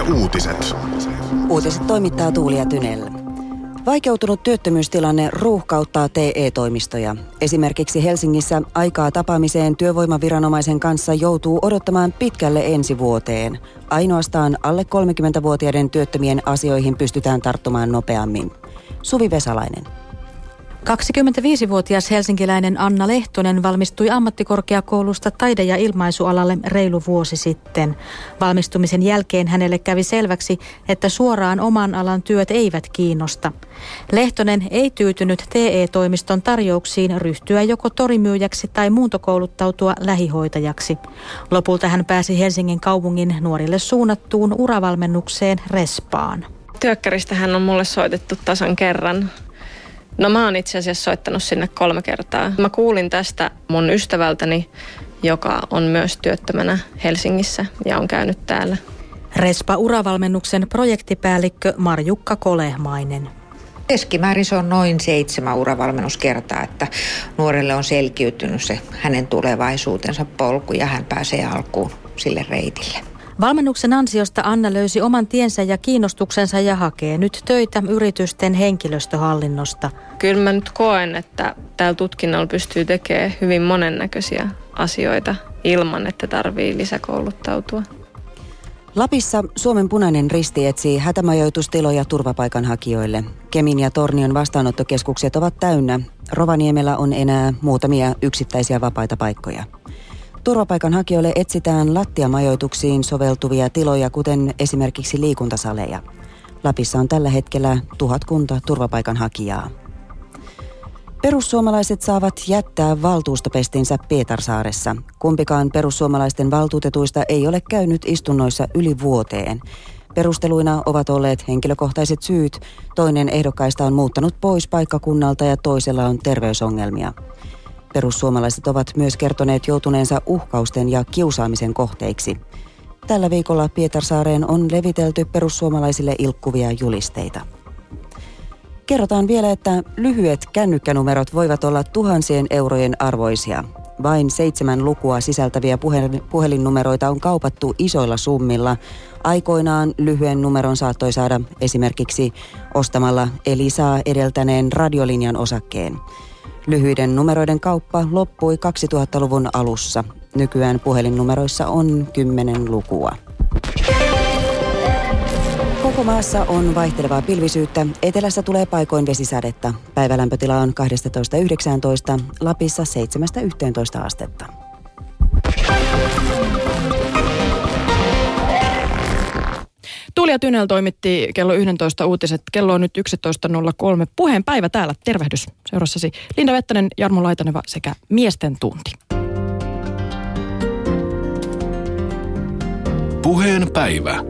uutiset. Uutiset toimittaa Tuulia Tynell. Vaikeutunut työttömyystilanne ruuhkauttaa TE-toimistoja. Esimerkiksi Helsingissä aikaa tapaamiseen työvoimaviranomaisen kanssa joutuu odottamaan pitkälle ensi vuoteen. Ainoastaan alle 30-vuotiaiden työttömien asioihin pystytään tarttumaan nopeammin. Suvi Vesalainen. 25-vuotias helsinkiläinen Anna Lehtonen valmistui ammattikorkeakoulusta taide- ja ilmaisualalle reilu vuosi sitten. Valmistumisen jälkeen hänelle kävi selväksi, että suoraan oman alan työt eivät kiinnosta. Lehtonen ei tyytynyt TE-toimiston tarjouksiin ryhtyä joko torimyyjäksi tai muuntokouluttautua lähihoitajaksi. Lopulta hän pääsi Helsingin kaupungin nuorille suunnattuun uravalmennukseen Respaan. Työkkäristä hän on mulle soitettu tasan kerran. No mä oon itse asiassa soittanut sinne 3 kertaa. Mä kuulin tästä mun ystävältäni, joka on myös työttömänä Helsingissä ja on käynyt täällä. Respa-uravalmennuksen projektipäällikkö Marjukka Kolehmainen. Keskimäärin se on noin 7 uravalmennuskertaa, että nuorelle on selkiytynyt se hänen tulevaisuutensa polku ja hän pääsee alkuun sille reitille. Valmennuksen ansiosta Anna löysi oman tiensä ja kiinnostuksensa ja hakee nyt töitä yritysten henkilöstöhallinnosta. Kyllä mä nyt koen, että täällä tutkinnolla pystyy tekemään hyvin monennäköisiä asioita ilman, että tarvii lisäkouluttautua. Lapissa Suomen Punainen Risti etsii hätämajoitustiloja turvapaikanhakijoille. Kemin ja Tornion vastaanottokeskukset ovat täynnä. Rovaniemellä on enää muutamia yksittäisiä vapaita paikkoja. Turvapaikanhakijoille etsitään lattiamajoituksiin soveltuvia tiloja, kuten esimerkiksi liikuntasaleja. Lapissa on tällä hetkellä 1000 turvapaikanhakijaa. Perussuomalaiset saavat jättää valtuustopestinsä Pietarsaaressa. Kumpikaan perussuomalaisten valtuutetuista ei ole käynyt istunnoissa yli vuoteen. Perusteluina ovat olleet henkilökohtaiset syyt. Toinen ehdokkaista on muuttanut pois paikkakunnalta ja toisella on terveysongelmia. Perussuomalaiset ovat myös kertoneet joutuneensa uhkausten ja kiusaamisen kohteiksi. Tällä viikolla Pietarsaareen on levitelty perussuomalaisille ilkkuvia julisteita. Kerrotaan vielä, että lyhyet kännykkänumerot voivat olla tuhansien eurojen arvoisia. Vain 7 lukua sisältäviä puhelinnumeroita on kaupattu isoilla summilla. Aikoinaan lyhyen numeron saattoi saada esimerkiksi ostamalla Elisaa edeltäneen radiolinjan osakkeen. Lyhyiden numeroiden kauppa loppui 2000-luvun alussa. Nykyään puhelinnumeroissa on 10 lukua. Koko maassa on vaihtelevaa pilvisyyttä. Etelässä tulee paikoin vesisadetta. Päivälämpötila on 12–19, Lapissa 7–11 astetta. Tuulia Tynell toimitti kello 11 uutiset. Kello on nyt 11.03. Puheen päivä täällä. Tervehdys. Seurassasi Linda Vettänen, Jarmo Laitaneva sekä Miesten tunti. Puheen päivä.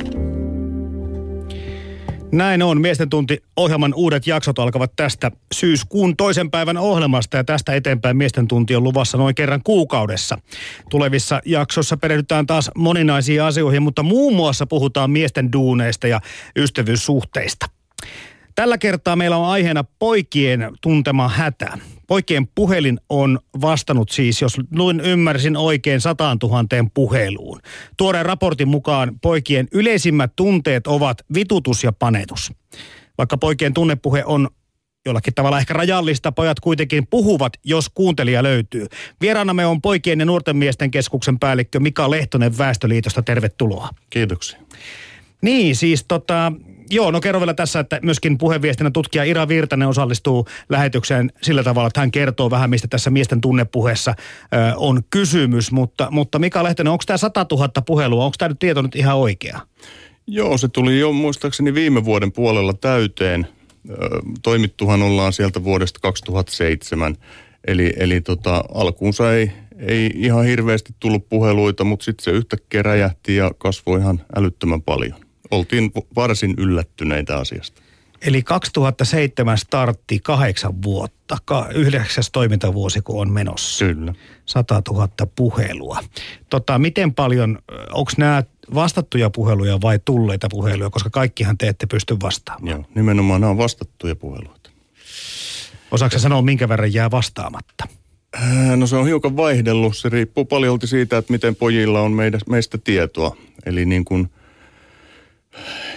Näin on. Miesten tunti -ohjelman uudet jaksot alkavat tästä syyskuun 2. päivän ohjelmasta ja tästä eteenpäin Miesten tunti on luvassa noin kerran kuukaudessa. Tulevissa jaksoissa perehdytään taas moninaisiin asioihin, mutta muun muassa puhutaan miesten duuneista ja ystävyyssuhteista. Tällä kertaa meillä on aiheena poikien tuntema hätä. Poikien puhelin on vastannut siis, jos ymmärsin oikein, 100 000 puheluun. Tuoreen raportin mukaan poikien yleisimmät tunteet ovat vitutus ja panetus. Vaikka poikien tunnepuhe on jollakin tavalla ehkä rajallista, pojat kuitenkin puhuvat, jos kuuntelija löytyy. Vieraanamme on Poikien ja nuorten miesten keskuksen päällikkö Mika Lehtonen Väestöliitosta. Tervetuloa. Kiitoksia. Niin, siis kerro vielä tässä, että myöskin puheviestinnän tutkija Ira Virtanen osallistuu lähetykseen sillä tavalla, että hän kertoo vähän, mistä tässä miesten tunnepuheessa on kysymys. Mutta Mika Lehtonen, onko tämä 100 000 puhelua, onko tämä nyt tieto nyt ihan oikea? Joo, se tuli jo muistaakseni viime vuoden puolella täyteen. Toimittuhan ollaan sieltä vuodesta 2007. Eli alkuunsa ei ihan hirveästi tullut puheluita, mutta sitten se yhtäkkiä räjähti ja kasvoi ihan älyttömän paljon. Oltiin varsin yllättyneitä asiasta. Eli 2007 startti 8 vuotta, 9. toimintavuosi kun on menossa. Kyllä. 100 000 puhelua. Miten paljon, onko nämä vastattuja puheluja vai tulleita puheluja, koska kaikkihan te ette pysty vastaamaan? Joo, nimenomaan nämä on vastattuja puheluita. Osaatko sanoa, minkä verran jää vastaamatta? No se on hiukan vaihdellut. Se riippuu paljolti siitä, että miten pojilla on meistä tietoa. Eli niin kuin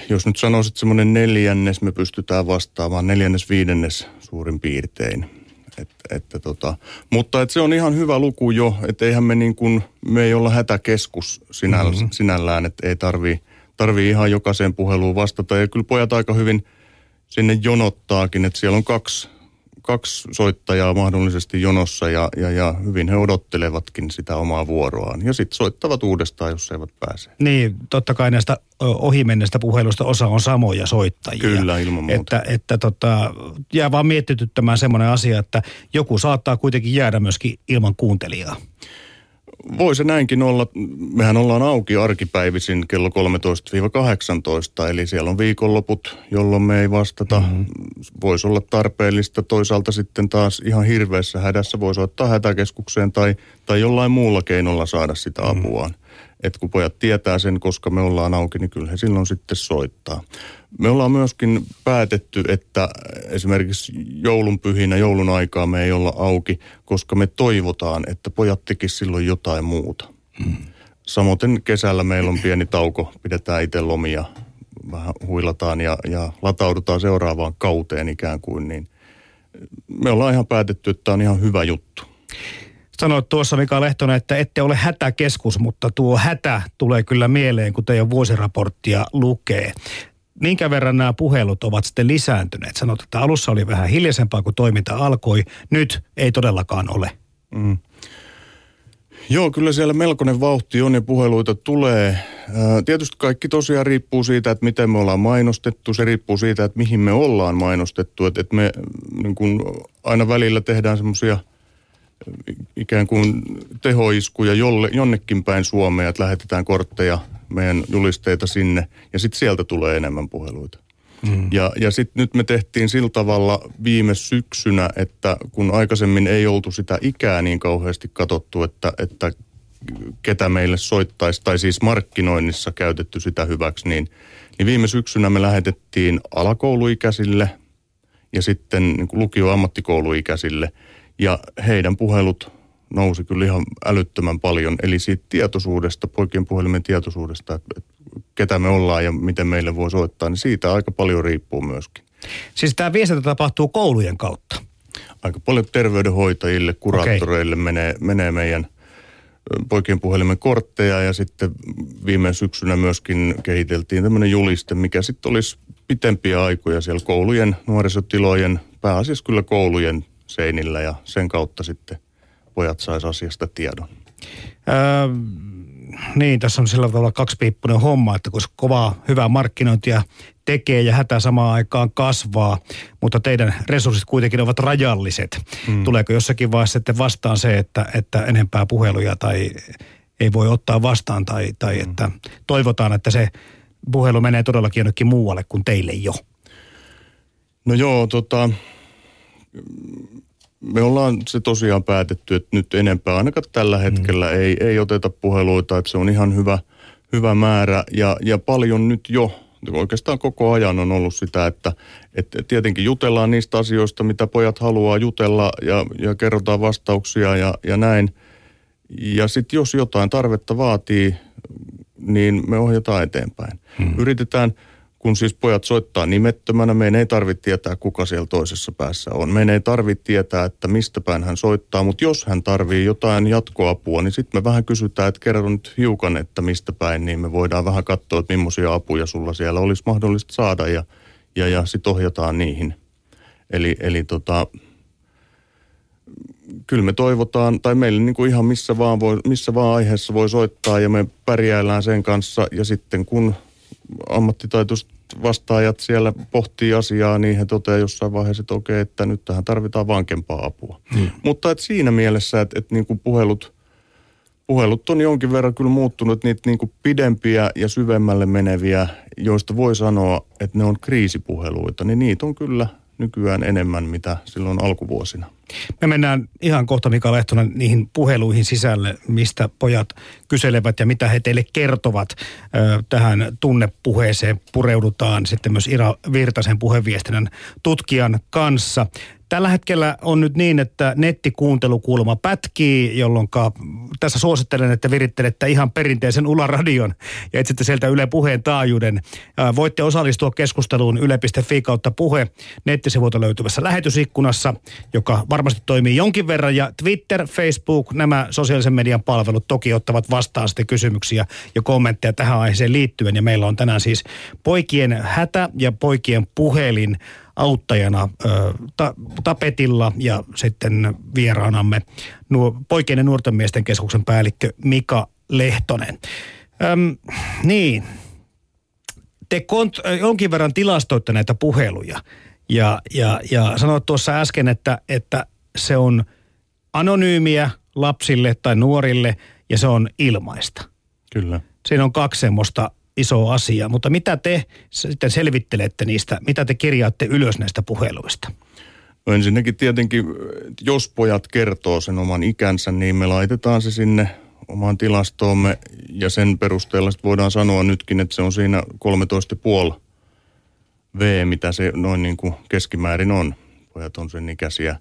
jos nyt sanoisit semmoinen 1/4, me pystytään vastaamaan 1/4 suurin piirtein. Mutta se on ihan hyvä luku jo, että eihän me ei olla hätäkeskus sinällään, että ei tarvii ihan jokaiseen puheluun vastata. Ja kyllä pojat aika hyvin sinne jonottaakin, että siellä on kaksi soittajaa mahdollisesti jonossa ja hyvin he odottelevatkin sitä omaa vuoroaan. Ja sitten soittavat uudestaan, jos eivät pääse. Niin, totta kai näistä ohimenneistä puheluista osa on samoja soittajia. Kyllä, ilman muuta. Että jää vaan mietityttämään semmoinen asia, että joku saattaa kuitenkin jäädä myöskin ilman kuuntelijaa. Voi se näinkin olla. Mehän ollaan auki arkipäivisin kello 13-18, eli siellä on viikonloput, jolloin me ei vastata. Voisi olla tarpeellista. Toisaalta sitten taas ihan hirveässä hädässä voi soittaa hätäkeskukseen tai jollain muulla keinolla saada sitä apuaan. Että kun pojat tietää sen, koska me ollaan auki, niin kyllä he silloin sitten soittaa. Me ollaan myöskin päätetty, että esimerkiksi joulunpyhinä, joulun aikaa me ei olla auki, koska me toivotaan, että pojat tekisivät silloin jotain muuta. Samoin kesällä meillä on pieni tauko, pidetään itse lomia, vähän huilataan ja lataudutaan seuraavaan kauteen ikään kuin. Niin me ollaan ihan päätetty, että tämä on ihan hyvä juttu. Sanoit tuossa, Mika Lehtonen, että ette ole hätäkeskus, mutta tuo hätä tulee kyllä mieleen, kun teidän vuosiraporttia lukee. Minkä verran nämä puhelut ovat sitten lisääntyneet? Sanot, että alussa oli vähän hiljaisempaa, kun toiminta alkoi. Nyt ei todellakaan ole. Joo, kyllä siellä melkoinen vauhti on ja puheluita tulee. Tietysti kaikki tosiaan riippuu siitä, että miten me ollaan mainostettu. Se riippuu siitä, että mihin me ollaan mainostettu. Että me niin kun aina välillä tehdään semmoisia ikään kuin tehoiskuja jonnekin päin Suomea, että lähetetään kortteja, meidän julisteita sinne, ja sitten sieltä tulee enemmän puheluita. Ja sitten nyt me tehtiin sillä tavalla viime syksynä, että kun aikaisemmin ei oltu sitä ikää niin kauheasti katsottu, että ketä meille soittaisi, tai siis markkinoinnissa käytetty sitä hyväksi, niin viime syksynä me lähetettiin alakouluikäisille ja sitten niin kuin lukio- ja ammattikouluikäisille, ja heidän puhelut nousi kyllä ihan älyttömän paljon. Eli siitä tietoisuudesta, poikien puhelimen tietoisuudesta, että ketä me ollaan ja miten meille voi soittaa, niin siitä aika paljon riippuu myöskin. Siis tämä viestintä tapahtuu koulujen kautta? Aika paljon terveydenhoitajille, kuraattoreille menee meidän poikien puhelimen kortteja, ja sitten viime syksynä myöskin kehiteltiin tämmöinen juliste, mikä sitten olisi pitempiä aikoja siellä koulujen, nuorisotilojen, pääasiassa kyllä koulujen seinillä, ja sen kautta sitten pojat sais asiasta tiedon. Niin, tässä on sillä tavalla kaksipiippunen homma, että kun kovaa hyvää markkinointia tekee ja hätä samaan aikaan kasvaa, mutta teidän resurssit kuitenkin ovat rajalliset. Tuleeko jossakin vaiheessa sitten vastaan se, että enempää puheluja tai ei voi ottaa vastaan tai että toivotaan, että se puhelu menee todellakin jonnekin muualle kuin teille jo? No joo, me ollaan se tosiaan päätetty, että nyt enempää ainakaan tällä hetkellä ei oteta puheluita, että se on ihan hyvä määrä ja paljon nyt jo, oikeastaan koko ajan on ollut sitä, että tietenkin jutellaan niistä asioista, mitä pojat haluaa jutella ja kerrotaan vastauksia ja näin. Ja sitten jos jotain tarvetta vaatii, niin me ohjataan eteenpäin. Yritetään, kun siis pojat soittaa nimettömänä, meidän ei tarvitse tietää, kuka siellä toisessa päässä on. Meidän ei tarvitse tietää, että mistä päin hän soittaa, mutta jos hän tarvii jotain jatkoapua, niin sitten me vähän kysytään, että kerro nyt hiukan, että mistä päin, niin me voidaan vähän katsoa, että millaisia apuja sulla siellä olisi mahdollista saada ja sitten ohjataan niihin. Eli kyllä me toivotaan, tai meille niin kuin ihan missä vaan aiheessa voi soittaa ja me pärjäillään sen kanssa ja sitten kun ammattitaitoiset vastaajat siellä pohtii asiaa, niin he toteaa jossain vaiheessa, että okei, että nyt tähän tarvitaan vankempaa apua. Mutta että siinä mielessä, että niin kuin puhelut on jonkin verran kyllä muuttunut, niitä niin kuin pidempiä ja syvemmälle meneviä, joista voi sanoa, että ne on kriisipuheluita, niin niitä on kyllä nykyään enemmän, mitä silloin alkuvuosina. Me mennään ihan kohta, Mika Lehtonen, niihin puheluihin sisälle, mistä pojat kyselevät ja mitä he teille kertovat. Tähän tunnepuheeseen pureudutaan sitten myös Ira Virtasen puheviestinnän tutkijan kanssa. Tällä hetkellä on nyt niin, että nettikuuntelukulma pätkii, jolloin tässä suosittelen, että virittelette ihan perinteisen Ula-radion ja etsitte sieltä Yle Puheen taajuuden. Voitte osallistua keskusteluun yle.fi/puhe nettisivuilta löytyvässä lähetysikkunassa, joka varmasti toimii jonkin verran. Ja Twitter, Facebook, nämä sosiaalisen median palvelut toki ottavat vastaan sitten kysymyksiä ja kommentteja tähän aiheeseen liittyen. Ja meillä on tänään siis poikien hätä ja poikien puhelin auttajana tapetilla ja sitten vieraanamme poikien ja nuorten miesten keskuksen päällikkö Mika Lehtonen. Niin, te jonkin verran tilastoitte näitä puheluja ja sanoit tuossa äsken, että se on anonyymiä lapsille tai nuorille ja se on ilmaista. Kyllä. Siinä on kaksi semmoista iso asia, mutta mitä te sitten selvittelette niistä, mitä te kirjaatte ylös näistä puheluista? No ensinnäkin tietenkin, jos pojat kertoo sen oman ikänsä, niin me laitetaan se sinne omaan tilastoomme ja sen perusteella voidaan sanoa nytkin, että se on siinä 13,5 V, mitä se noin niin kuin keskimäärin on. Pojat on sen ikäisiä.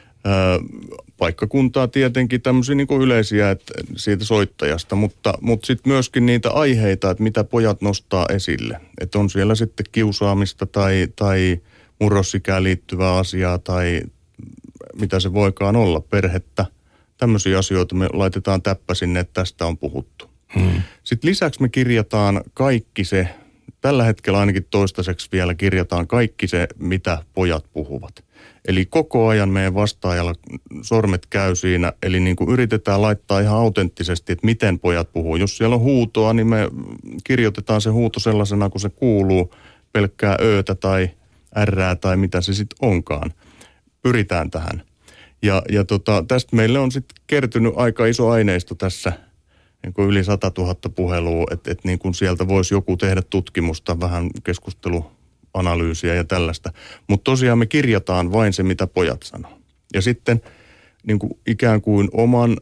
Paikkakuntaa tietenkin tämmöisiä niin kuin yleisiä että siitä soittajasta, mutta sitten myöskin niitä aiheita, että mitä pojat nostaa esille. Että on siellä sitten kiusaamista tai murrosikään liittyvää asiaa tai mitä se voikaan olla, perhettä. Tämmöisiä asioita me laitetaan täppä sinne, että tästä on puhuttu. Sitten lisäksi me kirjataan kaikki se, tällä hetkellä ainakin toistaiseksi vielä kirjataan kaikki se, mitä pojat puhuvat. Eli koko ajan meidän vastaajalla sormet käy siinä, eli niin kuin yritetään laittaa ihan autenttisesti, että miten pojat puhuu. Jos siellä on huutoa, niin me kirjoitetaan se huuto sellaisena, kun se kuuluu, pelkkää öötä tai ärrää tai mitä se sitten onkaan. Pyritään tähän. Ja tästä meille on sitten kertynyt aika iso aineisto tässä, niin kuin yli 100 000 puhelua, että niin kuin sieltä voisi joku tehdä tutkimusta, vähän keskusteluanalyysiä ja tällaista. Mutta tosiaan me kirjataan vain se, mitä pojat sanoo. Ja sitten niin kuin ikään kuin oman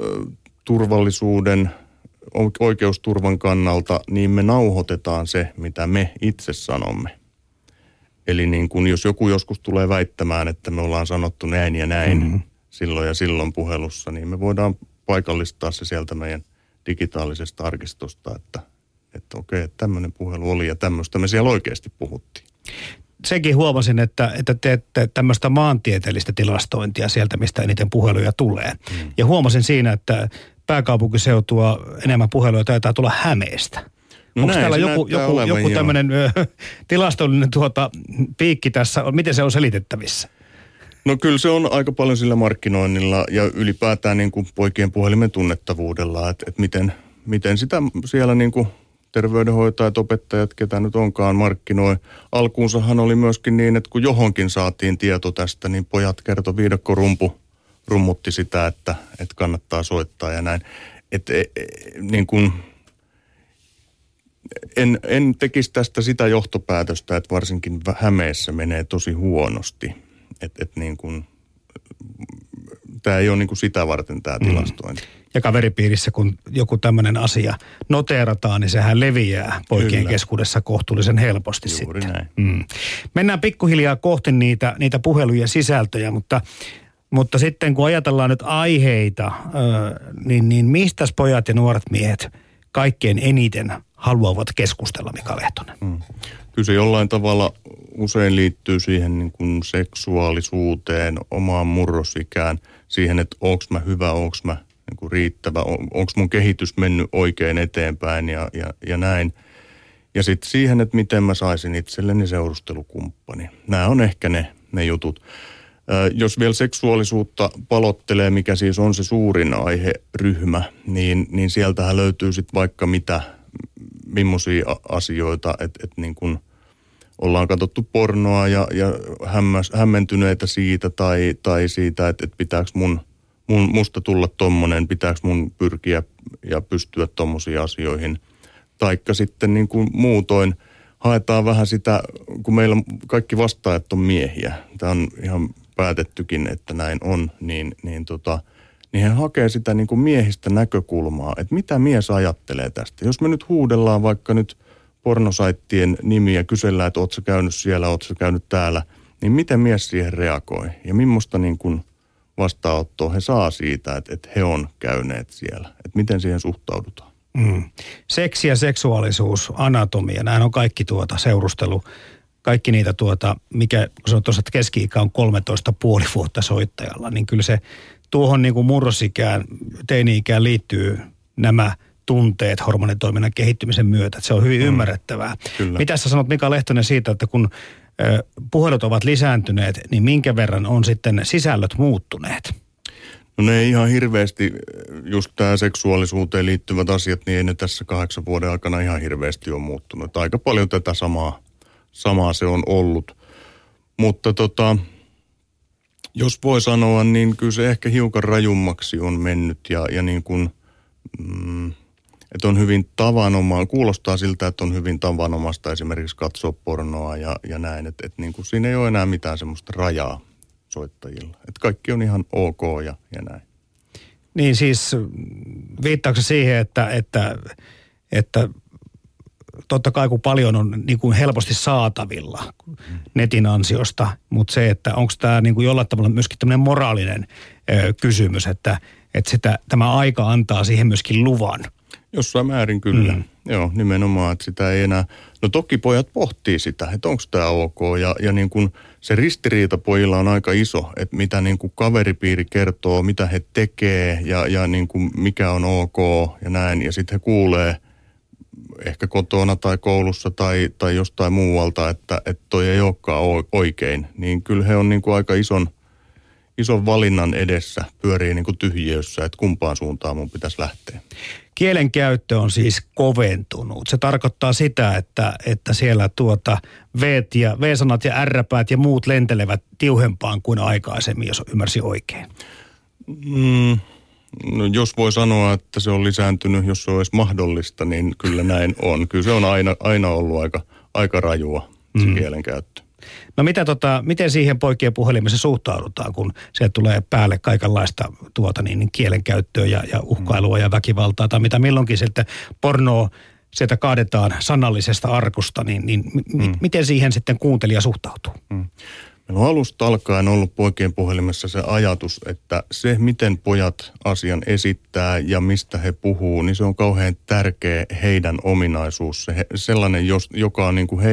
turvallisuuden, oikeusturvan kannalta, niin me nauhoitetaan se, mitä me itse sanomme. Eli niin kuin jos joku joskus tulee väittämään, että me ollaan sanottu näin ja näin silloin ja silloin puhelussa, niin me voidaan paikallistaa se sieltä meidän digitaalisesta arkistosta, että okei, että tämmöinen puhelu oli ja tämmöistä me siellä oikeasti puhuttiin. Sekin huomasin, että teette tämmöistä maantieteellistä tilastointia sieltä, mistä eniten puheluja tulee. Ja huomasin siinä, että pääkaupunkiseutua enemmän puheluja taitaa tulla Hämeestä. No onko täällä joku tämmöinen tilastollinen piikki tässä, miten se on selitettävissä? No kyllä se on aika paljon sillä markkinoinnilla ja ylipäätään niin kuin poikien puhelimen tunnettavuudella, että miten sitä siellä niin kuin terveydenhoitajat, opettajat, ketä nyt onkaan markkinoi. Alkuunsahan oli myöskin niin, että kun johonkin saatiin tieto tästä, niin pojat kertoi viidakkorumpu rummutti sitä, että kannattaa soittaa ja näin. Niin kuin en tekisi tästä sitä johtopäätöstä, että varsinkin Hämeessä menee tosi huonosti. Että niin kuin, tämä ei ole niin kuin sitä varten tämä tilastointi. Ja kaveripiirissä, kun joku tämmöinen asia noteerataan, niin sehän leviää poikien keskuudessa kohtuullisen helposti. Juuri sitten. Näin. Mennään pikkuhiljaa kohti niitä puheluja sisältöjä, mutta sitten kun ajatellaan nyt aiheita, niin mistäs pojat ja nuoret miehet kaikkein eniten haluavat keskustella, Mika Lehtonen? Kyllä se jollain tavalla usein liittyy siihen niin kuin seksuaalisuuteen, omaan murrosikään, siihen, että onko mä hyvä, onko mä niin kuin riittävä, onko mun kehitys mennyt oikein eteenpäin ja näin. Ja sitten siihen, että miten mä saisin itselleni seurustelukumppani. Nämä on ehkä ne jutut. Jos vielä seksuaalisuutta palottelee, mikä siis on se suurin aiheryhmä, niin sieltähän löytyy sitten vaikka millaisia asioita, että niin kuin ollaan katsottu pornoa ja hämmentyneitä siitä tai siitä, että pitääkö musta tulla tommonen, pitääkö mun pyrkiä ja pystyä tommosiin asioihin. Taikka sitten niin kuin muutoin haetaan vähän sitä, kun meillä kaikki vastaajat on miehiä. Tämä on ihan päätettykin, että näin on, niin he hakee sitä niin kuin miehistä näkökulmaa, että mitä mies ajattelee tästä. Jos me nyt huudellaan vaikka nyt pornosaittien nimiä, kysellään, että ootko sä käynyt siellä, ootko sä käynyt täällä, niin miten mies siihen reagoi ja millaista niin kuin vastaanottoa he saa siitä, että he on käyneet siellä, että miten siihen suhtaudutaan. Seksi ja seksuaalisuus, anatomia, nämä on kaikki seurustelu, kaikki niitä mikä, kun se on tuossa, että keski-ikä on 13,5 vuotta soittajalla, niin kyllä se tuohon niin kuin murrosikään, teini-ikään liittyy nämä tunteet hormonitoiminnan kehittymisen myötä. Että se on hyvin ymmärrettävää. Kyllä. Mitä sä sanot, Mika Lehtonen, siitä, että kun puhelut ovat lisääntyneet, niin minkä verran on sitten sisällöt muuttuneet? No ne ei ihan hirveästi, just tämä seksuaalisuuteen liittyvät asiat, niin ei ne tässä 8 vuoden aikana ihan hirveästi ole muuttunut. Aika paljon tätä samaa se on ollut. Mutta jos voi sanoa, niin kyllä se ehkä hiukan rajummaksi on mennyt ja niin kuin, että on hyvin kuulostaa siltä, että on hyvin tavanomaista esimerkiksi katsoa pornoa ja näin, että niin kuin siinä ei ole enää mitään semmoista rajaa soittajilla. Että kaikki on ihan ok ja näin. Niin siis viittaako siihen, että totta kai kun paljon on niin kuin helposti saatavilla netin ansiosta, mutta se, että onko tämä niin kuin jollain tavalla myöskin tämmöinen moraalinen kysymys, että tämä aika antaa siihen myöskin luvan. Jossain määrin kyllä. Joo, nimenomaan, että sitä ei enää. No toki pojat pohtii sitä, että onko tämä ok ja niin kuin se ristiriita pojilla on aika iso, että mitä niin kuin kaveripiiri kertoo, mitä he tekee ja niin kuin mikä on ok ja näin. Ja sitten he kuulee ehkä kotona tai koulussa tai jostain muualta, että toi ei olekaan oikein. Niin kyllä he on niin kuin aika ison valinnan edessä, pyörii niin kuin tyhjiössä, että kumpaan suuntaan mun pitäisi lähteä. Kielenkäyttö on siis koventunut. Se tarkoittaa sitä, että siellä V-sanat ja R-päät ja muut lentelevät tiuhempaan kuin aikaisemmin, jos ymmärsin oikein. No jos voi sanoa, että se on lisääntynyt, jos se olisi mahdollista, niin kyllä näin on. Kyllä se on aina ollut aika rajua, se kielenkäyttö. No miten siihen poikien puhelimessa suhtaudutaan, kun sieltä tulee päälle kaikenlaista kielenkäyttöä ja uhkailua ja väkivaltaa, tai mitä milloinkin sieltä pornoa sieltä kaadetaan sanallisesta arkusta, niin miten siihen sitten kuuntelija suhtautuu? Meillä on alusta alkaen ollut poikien puhelimessa se ajatus, että se, miten pojat asian esittää ja mistä he puhuu, niin se on kauhean tärkeä heidän ominaisuus. Sellainen, joka on niin kuin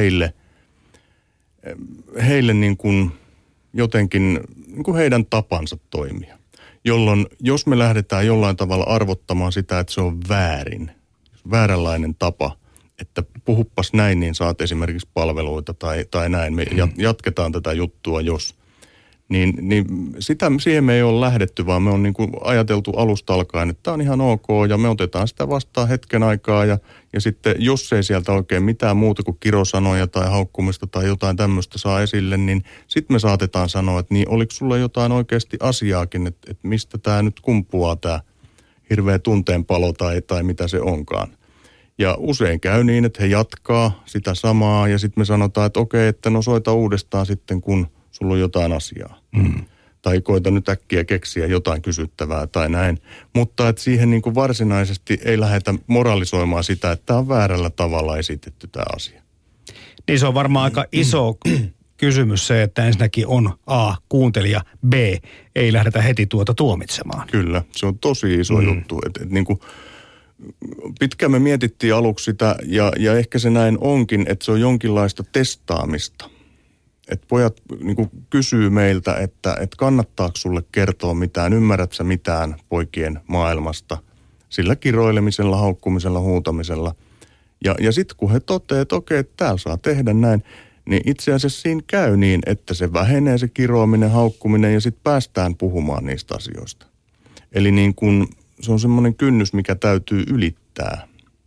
heille niin kuin jotenkin niin kuin heidän tapansa toimia. Jolloin, jos me lähdetään jollain tavalla arvottamaan sitä, että se on vääränlainen tapa, että puhuppas näin, niin saat esimerkiksi palveluita tai näin. Me jatketaan tätä juttua, Niin siihen me ei ole lähdetty, vaan me on niin kuin ajateltu alusta alkaen, että tämä on ihan ok ja me otetaan sitä vastaan hetken aikaa ja sitten jos ei sieltä oikein mitään muuta kuin kirosanoja tai haukkumista tai jotain tämmöistä saa esille, niin sitten me saatetaan sanoa, että niin oliko sulla jotain oikeasti asiaakin, että mistä tämä nyt kumpuaa tämä hirveä tunteenpalo tai mitä se onkaan. Ja usein käy niin, että he jatkaa sitä samaa ja sitten me sanotaan, että okei, että no soita uudestaan sitten, kun sulla on jotain asiaa. Tai koita nyt äkkiä keksiä jotain kysyttävää tai näin. Mutta että siihen niin kuin varsinaisesti ei lähdetä moralisoimaan sitä, että tämä on väärällä tavalla esitetty tämä asia. Niin se on varmaan aika iso kysymys se, että ensinnäkin on A, kuuntelija, B, ei lähdetä heti tuomitsemaan. Kyllä, se on tosi iso juttu. Että niin kuin pitkään me mietittiin aluksi sitä ja ehkä se näin onkin, että se on jonkinlaista testaamista. Että pojat niin kuin kysyy meiltä, että kannattaako sulle kertoa mitään, ymmärrät sä mitään poikien maailmasta, sillä kiroilemisella, haukkumisella, huutamisella. Ja sitten kun he toteavat, että okei, täällä saa tehdä näin, niin itse asiassa siinä käy niin, että se vähenee se kiroaminen, haukkuminen ja sitten päästään puhumaan niistä asioista. Eli niin kun, se on semmoinen kynnys, mikä täytyy ylittää.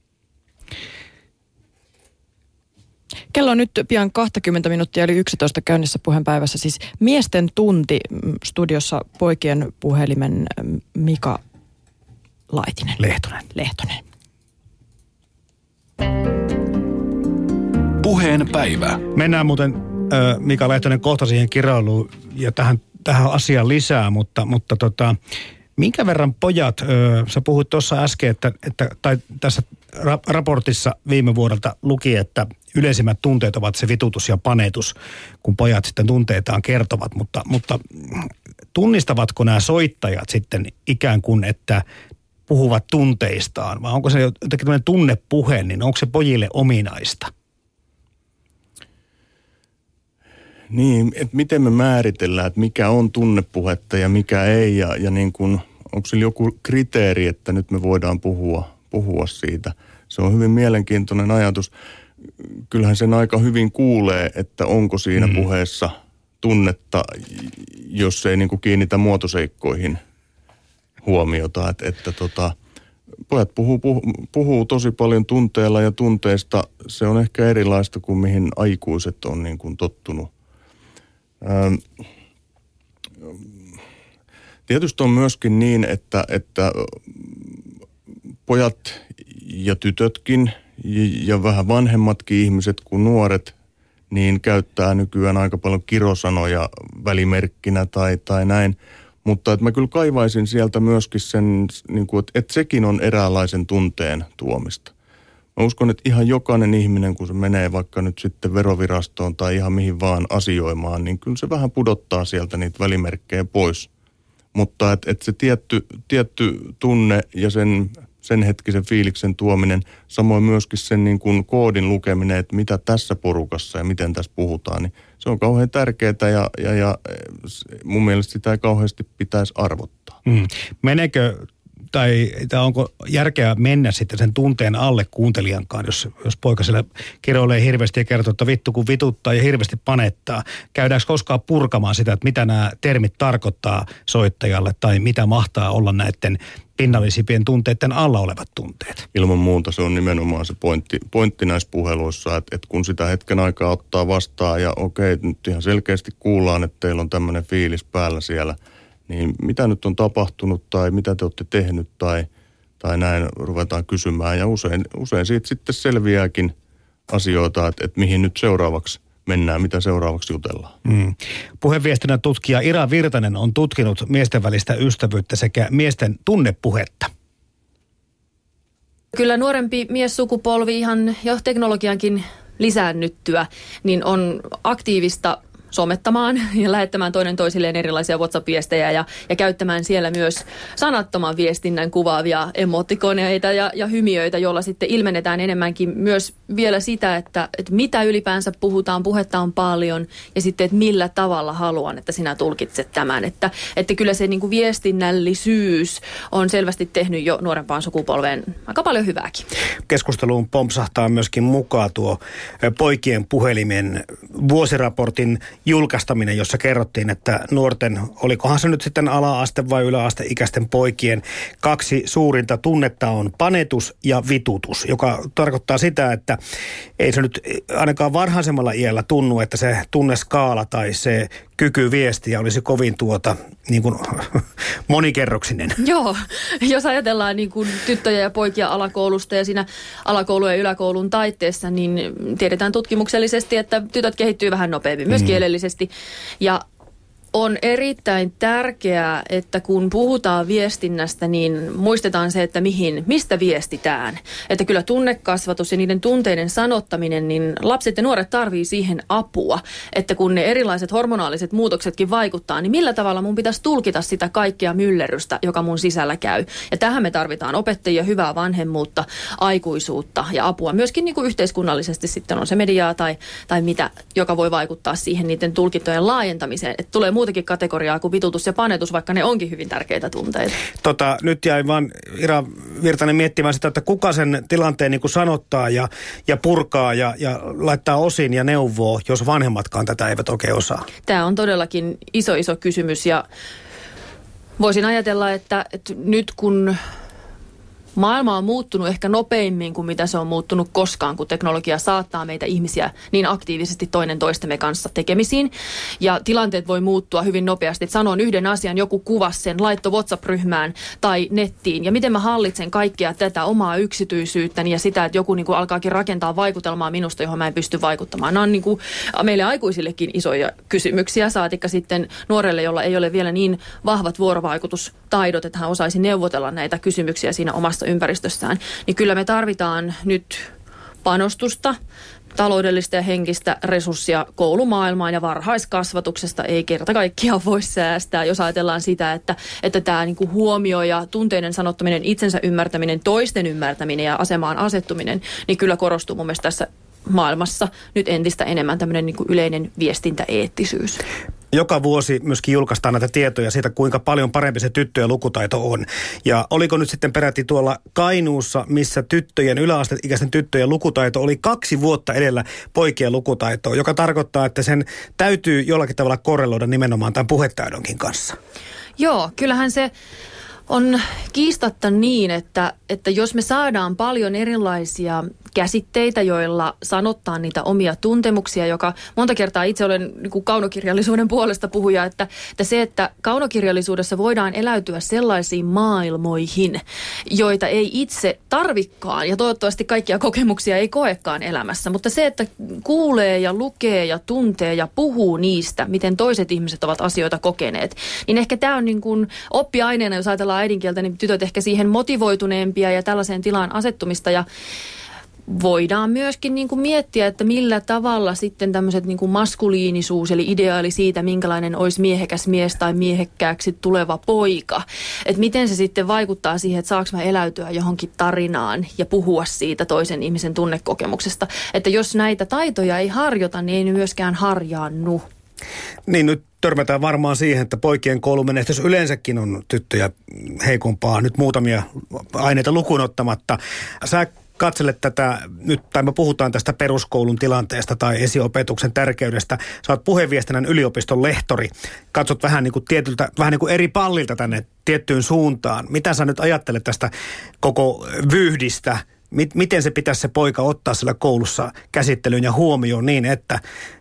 Kello on nyt pian 20 minuuttia, eli 11 käynnissä puheenpäivässä. Siis miesten tunti studiossa poikien puhelimen Mika Lehtonen. Puheen päivä. Mennään muuten Mika Lehtonen kohta siihen kiroiluun ja tähän asiaan lisää, mutta minkä verran pojat, sä puhuit tuossa äsken, tai tässä raportissa viime vuodelta luki, että yleisimmät tunteet ovat se vitutus ja panetus, kun pojat sitten tunteitaan kertovat. Mutta tunnistavatko nämä soittajat sitten ikään kuin, että puhuvat tunteistaan, vai onko se jotenkin tämmöinen tunnepuhe, niin onko se pojille ominaista? Niin, että miten me määritellään, että mikä on tunnepuhetta ja mikä ei, ja niin kuin, onko sillä joku kriteeri, että nyt me voidaan puhua siitä. Se on hyvin mielenkiintoinen ajatus. Kyllähän sen aika hyvin kuulee, että onko siinä puheessa tunnetta, jos ei niin kuin kiinnitä muotoseikkoihin huomiota. Että pojat puhuu tosi paljon tunteella ja tunteista. Se on ehkä erilaista kuin mihin aikuiset on niin kuin tottunut. Tietysti on myöskin niin, että pojat ja tytötkin ja vähän vanhemmatkin ihmiset kuin nuoret, niin käyttää nykyään aika paljon kirosanoja välimerkkinä tai näin. Mutta että mä kyllä kaivaisin sieltä myöskin sen, niin kuin, että sekin on eräänlaisen tunteen tuomista. Mä uskon, että ihan jokainen ihminen, kun se menee vaikka nyt sitten verovirastoon tai ihan mihin vaan asioimaan, niin kyllä se vähän pudottaa sieltä niitä välimerkkejä pois. Mutta että se tietty tunne ja sen hetkisen fiiliksen tuominen, samoin myöskin sen niin kuin koodin lukeminen, että mitä tässä porukassa ja miten tässä puhutaan, niin se on kauhean tärkeää ja mun mielestä sitä ei kauheasti pitäisi arvottaa. Meneekö tai onko järkeä mennä sitten sen tunteen alle kuuntelijankaan, jos poika siellä kiroilee hirveästi ja kertoo, että vittu kun vituttaa ja hirveästi panettaa. Käydäänkö koskaan purkamaan sitä, että mitä nämä termit tarkoittaa soittajalle tai mitä mahtaa olla näiden pinnallisipien tunteiden alla olevat tunteet? Ilman muuta se on nimenomaan se pointti näissä puheluissa, että kun sitä hetken aikaa ottaa vastaan ja okei, nyt ihan selkeästi kuullaan, että teillä on tämmöinen fiilis päällä siellä, niin mitä nyt on tapahtunut tai mitä te olette tehnyt tai näin ruvetaan kysymään. Ja usein siitä sitten selviääkin asioita, että mihin nyt seuraavaksi mennään, mitä seuraavaksi jutellaan. Puheviestinnän tutkija Ira Virtanen on tutkinut miesten välistä ystävyyttä sekä miesten tunnepuhetta. Kyllä nuorempi miessukupolvi ihan jo teknologiankin lisäännyttyä, niin on aktiivista somettamaan ja lähettämään toinen toisilleen erilaisia WhatsApp-viestejä ja käyttämään siellä myös sanattoman viestinnän kuvaavia emotikoneita ja hymiöitä, joilla sitten ilmennetään enemmänkin myös vielä sitä, että mitä ylipäänsä puhutaan, puhetta on paljon ja sitten, että millä tavalla haluan, että sinä tulkitset tämän. Että kyllä se niin kuin viestinnällisyys on selvästi tehnyt jo nuorempaan sukupolveen aika paljon hyvääkin. Keskusteluun pompsahtaa myöskin mukaan tuo poikien puhelimen vuosiraportin julkaistaminen, jossa kerrottiin, että nuorten, olikohan se nyt sitten ala-aste vai yläasteikäisten poikien 2 suurinta tunnetta on panetus ja vitutus, joka tarkoittaa sitä, että ei se nyt ainakaan varhaisemmalla iällä tunnu, että se tunneskaala tai se kyky viestiä olisi kovin niin kuin monikerroksinen. Joo, jos ajatellaan niin kuin tyttöjä ja poikia alakoulusta ja siinä alakoulun ja yläkoulun taitteessa, niin tiedetään tutkimuksellisesti, että tytöt kehittyy vähän nopeammin, myös kielellisesti. Ja on erittäin tärkeää, että kun puhutaan viestinnästä, niin muistetaan se, että mistä viestitään. Että kyllä tunnekasvatus ja niiden tunteiden sanottaminen, niin lapset ja nuoret tarvii siihen apua. Että kun ne erilaiset hormonaaliset muutoksetkin vaikuttaa, niin millä tavalla mun pitäisi tulkita sitä kaikkea myllerrystä, joka mun sisällä käy. Ja tähän me tarvitaan opettajia, hyvää vanhemmuutta, aikuisuutta ja apua. Myöskin niin kuin yhteiskunnallisesti sitten on se mediaa tai mitä, joka voi vaikuttaa siihen niiden tulkintojen laajentamiseen. Että tulee muutakin kategoriaa kuin vitutus ja panetus, vaikka ne onkin hyvin tärkeitä tunteita. Nyt jäi vaan Ira Virtanen miettimään sitä, että kuka sen tilanteen niin kuin sanottaa ja purkaa ja laittaa osiin ja neuvoo, jos vanhemmatkaan tätä eivät oikein osaa. Tämä on todellakin iso kysymys ja voisin ajatella, että nyt kun maailma on muuttunut ehkä nopeimmin kuin mitä se on muuttunut koskaan, kun teknologia saattaa meitä ihmisiä niin aktiivisesti toinen toistemme kanssa tekemisiin. Ja tilanteet voi muuttua hyvin nopeasti. Että sanon yhden asian, joku kuvasi sen, laittoi WhatsApp-ryhmään tai nettiin. Ja miten mä hallitsen kaikkea tätä omaa yksityisyyttäni ja sitä, että joku niin kuin alkaakin rakentaa vaikutelmaa minusta, johon mä en pysty vaikuttamaan. Nämä on niin kuin meille aikuisillekin isoja kysymyksiä. Saatikka sitten nuorelle, jolla ei ole vielä niin vahvat vuorovaikutustaidot, että hän osaisi neuvotella näitä kysymyksiä siinä omassa ympäristössään, niin kyllä me tarvitaan nyt panostusta taloudellista ja henkistä resurssia koulumaailmaan ja varhaiskasvatuksesta ei kerta kaikkiaan voi säästää, jos ajatellaan sitä, että tämä niin kuin huomio ja tunteiden sanottaminen, itsensä ymmärtäminen, toisten ymmärtäminen ja asemaan asettuminen, niin kyllä korostuu mun mielestä tässä maailmassa nyt entistä enemmän tämmöinen niin kuin yleinen viestintäeettisyys. Joka vuosi myöskin julkaistaan näitä tietoja siitä, kuinka paljon parempi se tyttöjen lukutaito on. Ja oliko nyt sitten peräti tuolla Kainuussa, missä yläasteikäisten tyttöjen lukutaito oli 2 vuotta edellä poikien lukutaitoa, joka tarkoittaa, että sen täytyy jollakin tavalla korreloida nimenomaan tämän puhetaidonkin kanssa. Joo, kyllähän se on kiistatta niin, että jos me saadaan paljon erilaisia käsitteitä, joilla sanottaa niitä omia tuntemuksia, joka monta kertaa itse olen niin kuin kaunokirjallisuuden puolesta puhuja, että se, että kaunokirjallisuudessa voidaan eläytyä sellaisiin maailmoihin, joita ei itse tarvikaan ja toivottavasti kaikkia kokemuksia ei koekaan elämässä, mutta se, että kuulee ja lukee ja tuntee ja puhuu niistä, miten toiset ihmiset ovat asioita kokeneet, niin ehkä tämä on niin kuin oppiaineena, jos ajatellaan äidinkieltä, niin tytöt ehkä siihen motivoituneempia ja tällaiseen tilaan asettumista ja voidaan myöskin niin kuin miettiä, että millä tavalla sitten tämmöiset niin kuin maskuliinisuus, eli ideaali siitä, minkälainen olisi miehekäs mies tai miehekkääksi tuleva poika. Että miten se sitten vaikuttaa siihen, että saanko mä eläytyä johonkin tarinaan ja puhua siitä toisen ihmisen tunnekokemuksesta. Että jos näitä taitoja ei harjoita, niin ei ne myöskään harjaannu. Niin nyt törmätään varmaan siihen, että poikien koulumenestys yleensäkin on tyttöjä heikompaa. Nyt muutamia aineita lukuun ottamatta. Sä katselet tätä nyt, tai me puhutaan tästä peruskoulun tilanteesta tai esiopetuksen tärkeydestä. Sä oot puheenviestinnän yliopiston lehtori. Katsot vähän niin kuin vähän niin kuin eri pallilta tänne tiettyyn suuntaan. Mitä sä nyt ajattelet tästä koko vyyhdistä? Miten se pitäisi se poika ottaa siellä koulussa käsittelyyn ja huomioon niin, että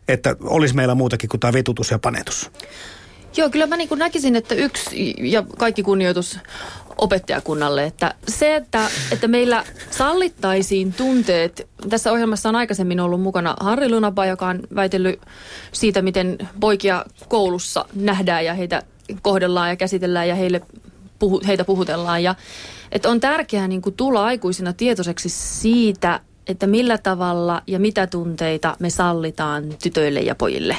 olisi meillä muutakin kuin tämä vitutus ja panetus? Joo, kyllä mä niin kuin näkisin, että yksi ja kaikki kunnioitus opettajakunnalle, että se, että meillä sallittaisiin tunteet. Tässä ohjelmassa on aikaisemmin ollut mukana Harri Lunapa, joka on väitellyt siitä, miten poikia koulussa nähdään ja heitä kohdellaan ja käsitellään ja heitä puhutellaan. Ja että on tärkeää niin kuin tulla aikuisina tietoiseksi siitä, että millä tavalla ja mitä tunteita me sallitaan tytöille ja pojille.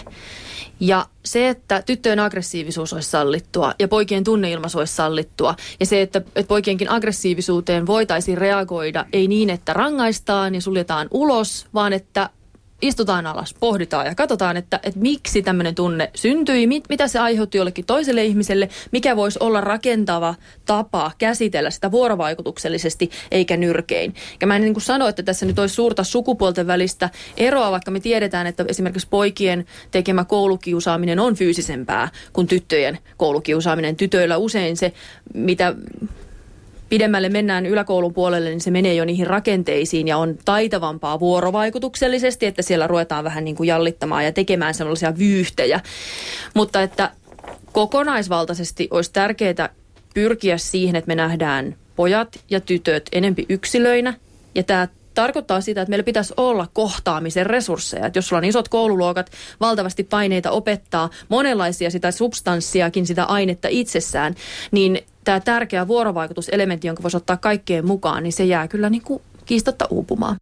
Ja se, että tyttöjen aggressiivisuus olisi sallittua ja poikien tunneilmaisu olisi sallittua ja se, että poikienkin aggressiivisuuteen voitaisiin reagoida ei niin, että rangaistaan ja suljetaan ulos, vaan että istutaan alas, pohditaan ja katsotaan, että miksi tämmöinen tunne syntyi, mitä se aiheutti jollekin toiselle ihmiselle, mikä voisi olla rakentava tapa käsitellä sitä vuorovaikutuksellisesti eikä nyrkein. Ja mä en niin kuin sano, että tässä nyt olisi suurta sukupuolten välistä eroa, vaikka me tiedetään, että esimerkiksi poikien tekemä koulukiusaaminen on fyysisempää kuin tyttöjen koulukiusaaminen. Tytöillä usein se, mitä pidemmälle mennään yläkoulun puolelle, niin se menee jo niihin rakenteisiin ja on taitavampaa vuorovaikutuksellisesti, että siellä ruvetaan vähän niin kuin jallittamaan ja tekemään sellaisia vyyhtejä. Mutta että kokonaisvaltaisesti olisi tärkeää pyrkiä siihen, että me nähdään pojat ja tytöt enempi yksilöinä ja tämä tarkoittaa sitä, että meillä pitäisi olla kohtaamisen resursseja. Että jos sulla on isot koululuokat, valtavasti paineita opettaa, monenlaisia sitä substanssiakin, sitä ainetta itsessään, niin tämä tärkeä vuorovaikutuselementti, jonka voisi ottaa kaikkeen mukaan, niin se jää kyllä niin kuin kiistatta uupumaan.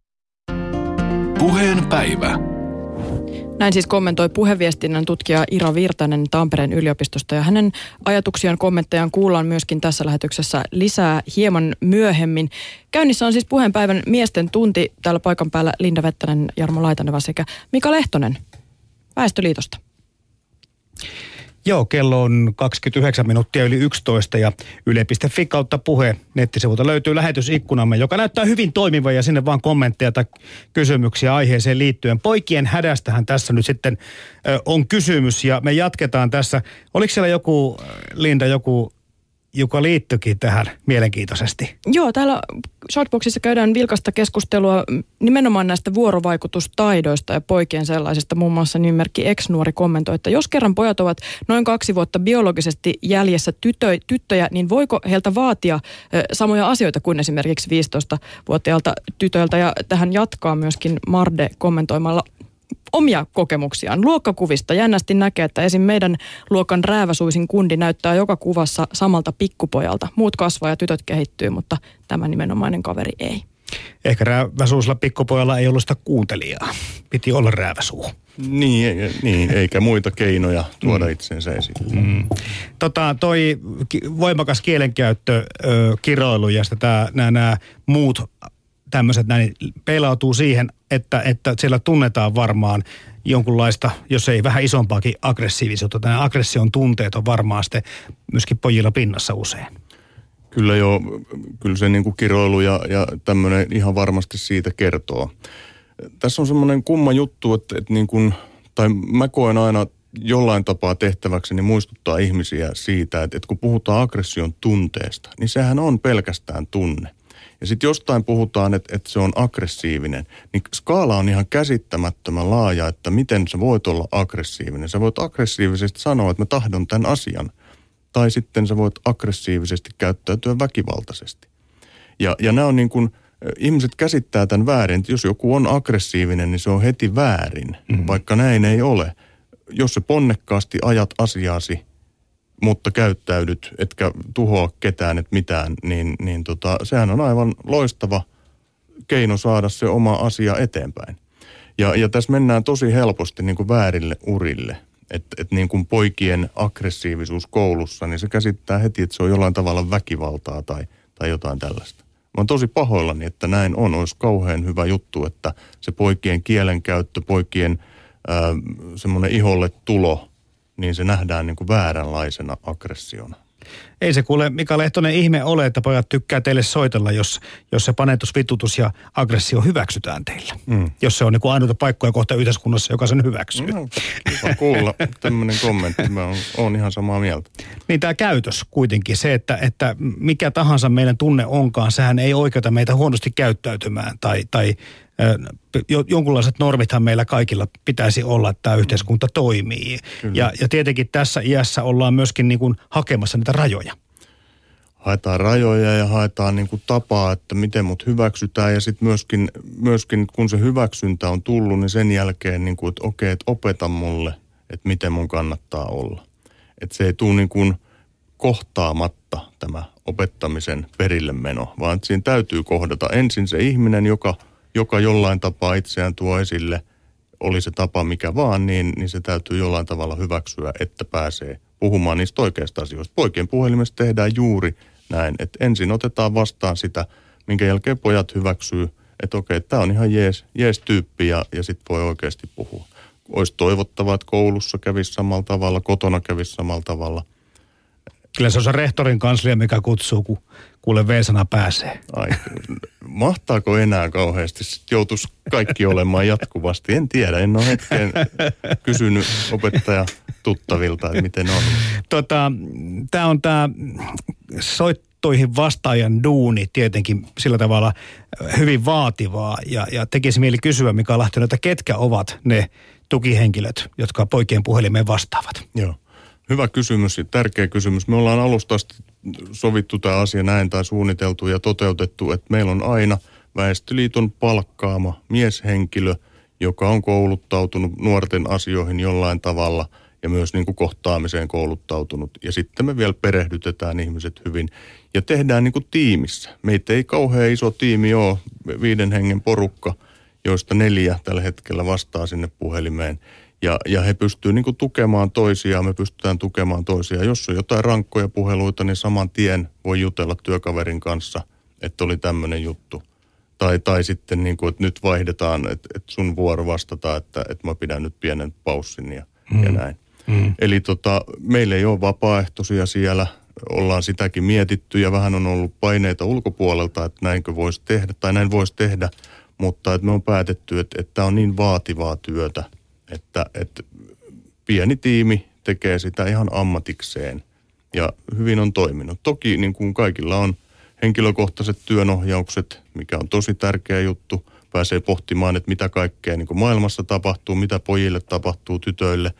Puheen päivä. Näin siis kommentoi puheviestinnän tutkija Ira Virtanen Tampereen yliopistosta ja hänen ajatuksiaan kommenttejaan kuullaan myöskin tässä lähetyksessä lisää hieman myöhemmin. Käynnissä on siis puheenpäivän miesten tunti. Täällä paikan päällä Linda Vettänen, Jarmo Laitaneva sekä Mika Lehtonen Väestöliitosta. Joo, kello on 29 minuuttia yli 11 ja yle.fi kautta puhe nettisivulta löytyy lähetysikkunamme, joka näyttää hyvin toimivan ja sinne vaan kommentteja tai kysymyksiä aiheeseen liittyen. Poikien hädästähän tässä nyt sitten on kysymys ja me jatketaan tässä. Oliko siellä joku, Linda, joka liittyikin tähän mielenkiintoisesti? Joo, täällä Shoutboxissa käydään vilkasta keskustelua nimenomaan näistä vuorovaikutustaidoista ja poikien sellaisista. Muun muassa nimimerkki X-nuori kommentoi, että jos kerran pojat ovat noin 2 vuotta biologisesti jäljessä tyttöjä, niin voiko heiltä vaatia samoja asioita kuin esimerkiksi 15-vuotiaalta tytöiltä? Ja tähän jatkaa myöskin Marde kommentoimalla omia kokemuksiaan. Luokkakuvista jännästi näkee, että esim. Meidän luokan rääväsuisin kundi näyttää joka kuvassa samalta pikkupojalta. Muut kasvaa ja tytöt kehittyy, mutta tämä nimenomainen kaveri ei. Ehkä rääväsuusella pikkupojalla ei ollut sitä kuuntelijaa. Piti olla rääväsuu. Niin, eikä muita keinoja tuoda itsensä esiin. Toi voimakas kielenkäyttö, kiroilu ja nämä muut tämmöiset näin peilautuu siihen, että siellä tunnetaan varmaan jonkunlaista, jos ei vähän isompaakin aggressiivisuutta. Nämä aggression tunteet on varmaan sitten myöskin pojilla pinnassa usein. Kyllä se niin kuin kiroilu ja tämmöinen ihan varmasti siitä kertoo. Tässä on semmoinen kumma juttu, että niin kuin, tai mä koen aina jollain tapaa tehtäväkseni muistuttaa ihmisiä siitä, että kun puhutaan aggression tunteesta, niin sehän on pelkästään tunne. Ja sitten jostain puhutaan, että se on aggressiivinen, niin skaala on ihan käsittämättömän laaja, että miten sä voit olla aggressiivinen. Sä voit aggressiivisesti sanoa, että mä tahdon tämän asian, tai sitten sä voit aggressiivisesti käyttäytyä väkivaltaisesti. Ja nämä on niin kuin, ihmiset käsittää tämän väärin, että jos joku on aggressiivinen, niin se on heti väärin, vaikka näin ei ole. Jos sä ponnekkaasti ajat asiaasi, mutta käyttäydyt, etkä tuhoa ketään, et mitään, niin sehän on aivan loistava keino saada se oma asia eteenpäin. Ja tässä mennään tosi helposti niin kuin väärille urille. Että niin kuin poikien aggressiivisuus koulussa, niin se käsittää heti, että se on jollain tavalla väkivaltaa tai jotain tällaista. Mä oon tosi pahoillani, että näin on. Olisi kauhean hyvä juttu, että se poikien kielenkäyttö, poikien semmoinen iholle tulo, niin se nähdään niin kuin vääränlaisena aggressiona. Ei se kuule, Mika Lehtonen, ihme ole, että pojat tykkää teille soitella, jos se panetus, vitutus ja aggressio hyväksytään teillä. Jos se on niin kuin ainoita paikkoja kohta yhteiskunnassa, joka sen hyväksyy. No, hyvä kuulla tämmöinen kommentti. Mä oon ihan samaa mieltä. Niin tämä käytös kuitenkin, se, että mikä tahansa meidän tunne onkaan, sehän ei oikeuta meitä huonosti käyttäytymään tai jonkunlaiset normithan meillä kaikilla pitäisi olla, että tämä yhteiskunta toimii. Ja tietenkin tässä iässä ollaan myöskin niin kuin hakemassa niitä rajoja. Haetaan rajoja ja haetaan niin kuin tapaa, että miten mut hyväksytään. Ja sitten myöskin kun se hyväksyntä on tullut, niin sen jälkeen, niin kuin, että okei, että opeta mulle, että miten mun kannattaa olla. Että se ei tule niin kuin kohtaamatta tämä opettamisen perille meno, vaan että siinä täytyy kohdata ensin se ihminen, joka jollain tapaa itseään tuo esille, oli se tapa mikä vaan, niin se täytyy jollain tavalla hyväksyä, että pääsee puhumaan niistä oikeista asioista. Poikien puhelimessa tehdään juuri näin, että ensin otetaan vastaan sitä, minkä jälkeen pojat hyväksyy, että okei, tämä on ihan jees tyyppi ja sitten voi oikeasti puhua. Olisi toivottavaa, että koulussa kävisi samalla tavalla, kotona kävisi samalla tavalla. Kyllä se on se rehtorin kanslia, mikä kutsuu, kun kuule V-sana pääsee. Ai, mahtaako enää kauheasti? Sitten joutuisi kaikki olemaan jatkuvasti. En tiedä, en ole hetken kysynyt opettajatuttavilta, että miten on. Tämä on tämä soittoihin vastaajan duuni tietenkin sillä tavalla hyvin vaativaa. Ja tekisi mieli kysyä, Mika Lahtinen, että ketkä ovat ne tukihenkilöt, jotka poikien puhelimeen vastaavat? Joo. Hyvä kysymys ja tärkeä kysymys. Me ollaan alusta asti sovittu tämä asia näin tai suunniteltu ja toteutettu, että meillä on aina Väestöliiton palkkaama mieshenkilö, joka on kouluttautunut nuorten asioihin jollain tavalla ja myös niin kuin kohtaamiseen kouluttautunut. Ja sitten me vielä perehdytetään ihmiset hyvin ja tehdään niin kuin tiimissä. Meitä ei kauhean iso tiimi ole, 5 hengen porukka, joista 4 tällä hetkellä vastaa sinne puhelimeen. Ja he pystyvät niin kuin tukemaan toisiaan, me pystytään tukemaan toisiaan. Jos on jotain rankkoja puheluita, niin saman tien voi jutella työkaverin kanssa, että oli tämmöinen juttu. Tai sitten, niin kuin, että nyt vaihdetaan, että sun vuoro vastata, että mä pidän nyt pienen paussin ja näin. Eli meillä ei ole vapaaehtoisia siellä, ollaan sitäkin mietitty ja vähän on ollut paineita ulkopuolelta, että näinkö voisi tehdä tai näin voisi tehdä. Mutta että me on päätetty, että tämä on niin vaativaa työtä, että pieni tiimi tekee sitä ihan ammatikseen ja hyvin on toiminut. Toki niin kuin kaikilla on henkilökohtaiset työnohjaukset, mikä on tosi tärkeä juttu. Pääsee pohtimaan, että mitä kaikkea niin kuin maailmassa tapahtuu, mitä pojille tapahtuu, tytöille.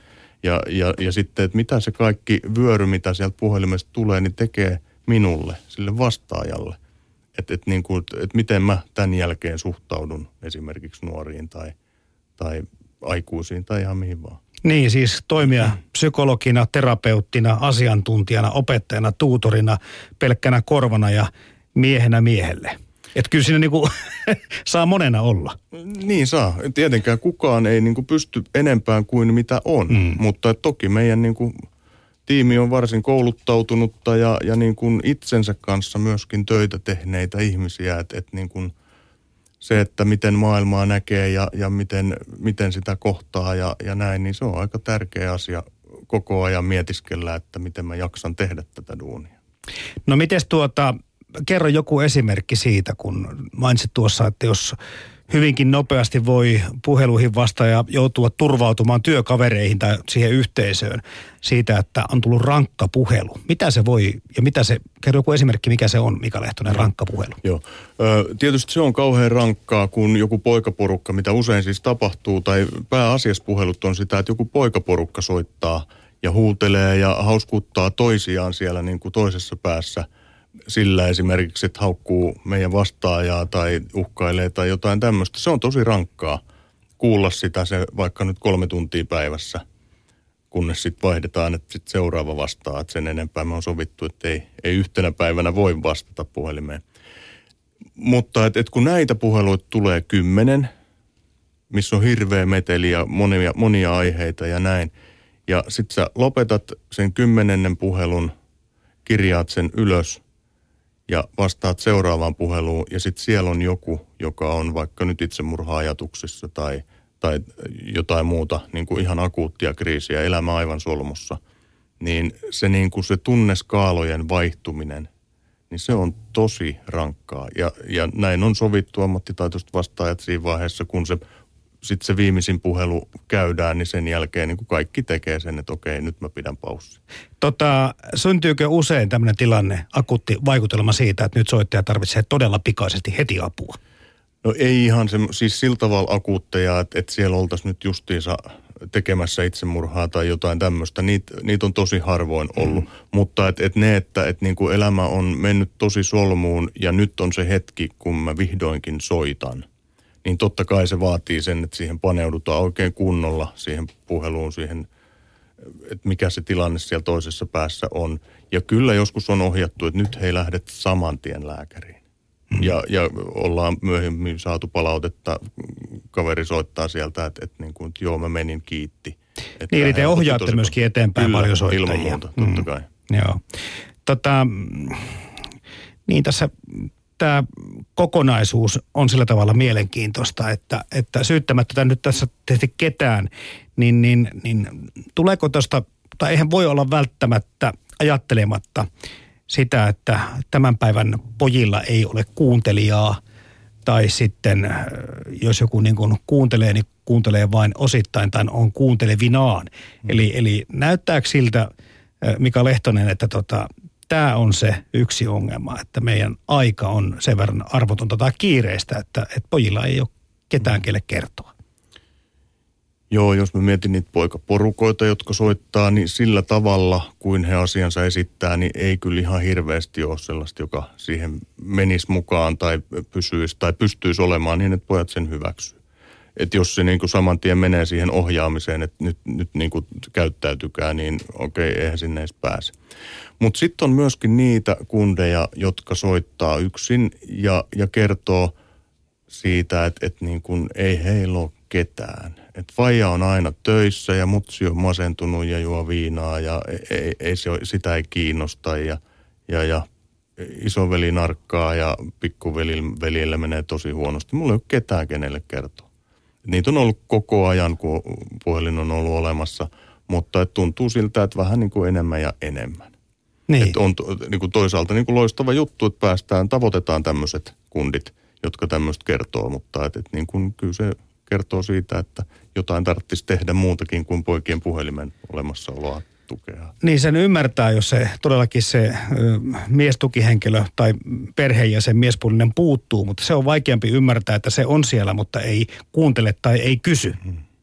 Ja sitten, että mitä se kaikki vyöry, mitä sieltä puhelimesta tulee, niin tekee minulle, sille vastaajalle. Että miten mä tämän jälkeen suhtaudun esimerkiksi nuoriin tai aikuisiin tai ihan mihin vaan. Niin, siis toimia psykologina, terapeuttina, asiantuntijana, opettajana, tuutorina, pelkkänä korvana ja miehenä miehelle. Että kyllä siinä niinku saa monena olla. Niin saa. Tietenkään kukaan ei niinku pysty enempään kuin mitä on, mutta toki meidän niinku tiimi on varsin kouluttautunutta ja niin kuin itsensä kanssa myöskin töitä tehneitä ihmisiä, että niin kuin se, että miten maailmaa näkee ja miten sitä kohtaa ja näin, niin se on aika tärkeä asia koko ajan mietiskellä, että miten mä jaksan tehdä tätä duunia. No mites kerro joku esimerkki siitä, kun mainitsit tuossa, että jos hyvinkin nopeasti voi puheluihin vastata ja joutua turvautumaan työkavereihin tai siihen yhteisöön siitä, että on tullut rankka puhelu. Mitä se voi ja kerro joku esimerkki, mikä se on, Mika Lehtonen, rankka puhelu? Joo. Tietysti se on kauhean rankkaa, kun joku poikaporukka, mitä usein siis tapahtuu, tai pääasiassa puhelut on sitä, että joku poikaporukka soittaa ja huutelee ja hauskuttaa toisiaan siellä niin kuin toisessa päässä. Sillä esimerkiksi, että haukkuu meidän vastaajaa tai uhkailee tai jotain tämmöistä. Se on tosi rankkaa kuulla sitä se vaikka nyt 3 tuntia päivässä, kunnes sitten vaihdetaan, että sitten seuraava vastaa. Että sen enempää me on sovittu, että ei yhtenä päivänä voi vastata puhelimeen. Mutta et kun näitä puheluita tulee 10, missä on hirveä meteli ja monia aiheita ja näin, ja sitten sä lopetat sen 10. puhelun, kirjaat sen ylös, ja vastaat seuraavaan puheluun ja sitten siellä on joku, joka on vaikka nyt itsemurha-ajatuksissa tai jotain muuta niin kuin ihan akuuttia kriisiä, elämä aivan solmussa, niin se tunneskaalojen vaihtuminen, niin se on tosi rankkaa. Ja näin on sovittu ammattitaitoiset vastaajat siinä vaiheessa, kun sitten se viimeisin puhelu käydään, niin sen jälkeen niin kuin kaikki tekee sen, että okei, nyt mä pidän paussia. Syntyykö usein tämmöinen tilanne, akuutti vaikutelma siitä, että nyt soittaja tarvitsee todella pikaisesti heti apua? No ei ihan siis sillä tavalla akuutteja, että siellä oltaisiin nyt justiinsa tekemässä itsemurhaa tai jotain tämmöistä. Niitä on tosi harvoin ollut, mutta että niin kuin elämä on mennyt tosi solmuun ja nyt on se hetki, kun mä vihdoinkin soitan. Niin totta kai se vaatii sen, että siihen paneudutaan oikein kunnolla siihen puheluun, siihen, että mikä se tilanne siellä toisessa päässä on. Ja kyllä joskus on ohjattu, että nyt hei lähdet saman tien lääkäriin. Ja ollaan myöhemmin saatu palautetta, kaveri soittaa sieltä, että niin kuin, että joo mä menin, kiitti. Että niin, te ohjaatte myöskin eteenpäin kyllä, paljon soittajia. Ilman muuta, totta kai. Joo. Niin tässä tämä kokonaisuus on sillä tavalla mielenkiintoista, että syyttämättä nyt tässä tietysti ketään, niin tuleeko tuosta, tai eihän voi olla välttämättä ajattelematta sitä, että tämän päivän pojilla ei ole kuuntelijaa, tai sitten jos joku niin kuin kuuntelee, niin kuuntelee vain osittain tai on kuuntelevinaan. Eli näyttääkö siltä, Mika Lehtonen, että tämä on se yksi ongelma, että meidän aika on sen verran arvotonta tai kiireistä, että pojilla ei ole ketään kelle kertoa. Joo, jos mä mietin niitä poikaporukoita, jotka soittaa, niin sillä tavalla, kuin he asiansa esittää, niin ei kyllä ihan hirveästi ole sellaista, joka siihen menisi mukaan tai pystyisi olemaan niin, että pojat sen hyväksyy. Että jos se niin kuin saman tien menee siihen ohjaamiseen, että nyt niin kuin käyttäytykää, niin okei, eihän sinne edes pääse. Mutta sitten on myöskin niitä kundeja, jotka soittaa yksin ja kertoo siitä, että niin kuin ei heillä ole ketään. Että vaija on aina töissä ja mutsi on masentunut ja juo viinaa ja sitä ei kiinnosta ja isoveli narkkaa ja pikkuveljellä menee tosi huonosti. Mulla ei ole ketään kenelle kertoa. Niitä on ollut koko ajan, kun puhelin on ollut olemassa, mutta tuntuu siltä, että vähän niin kuin enemmän ja enemmän. Niin. Että on niin kuin toisaalta niin kuin loistava juttu, että tavoitetaan tämmöiset kundit, jotka tämmöistä kertoo, mutta että niin kuin kyllä se kertoo siitä, että jotain tarvitsisi tehdä muutakin kuin poikien puhelimen olemassaoloa tukea. Niin sen ymmärtää, jos se todellakin se miestukihenkilö tai perheenjäsen miespuolinen puuttuu, mutta se on vaikeampi ymmärtää, että se on siellä, mutta ei kuuntele tai ei kysy.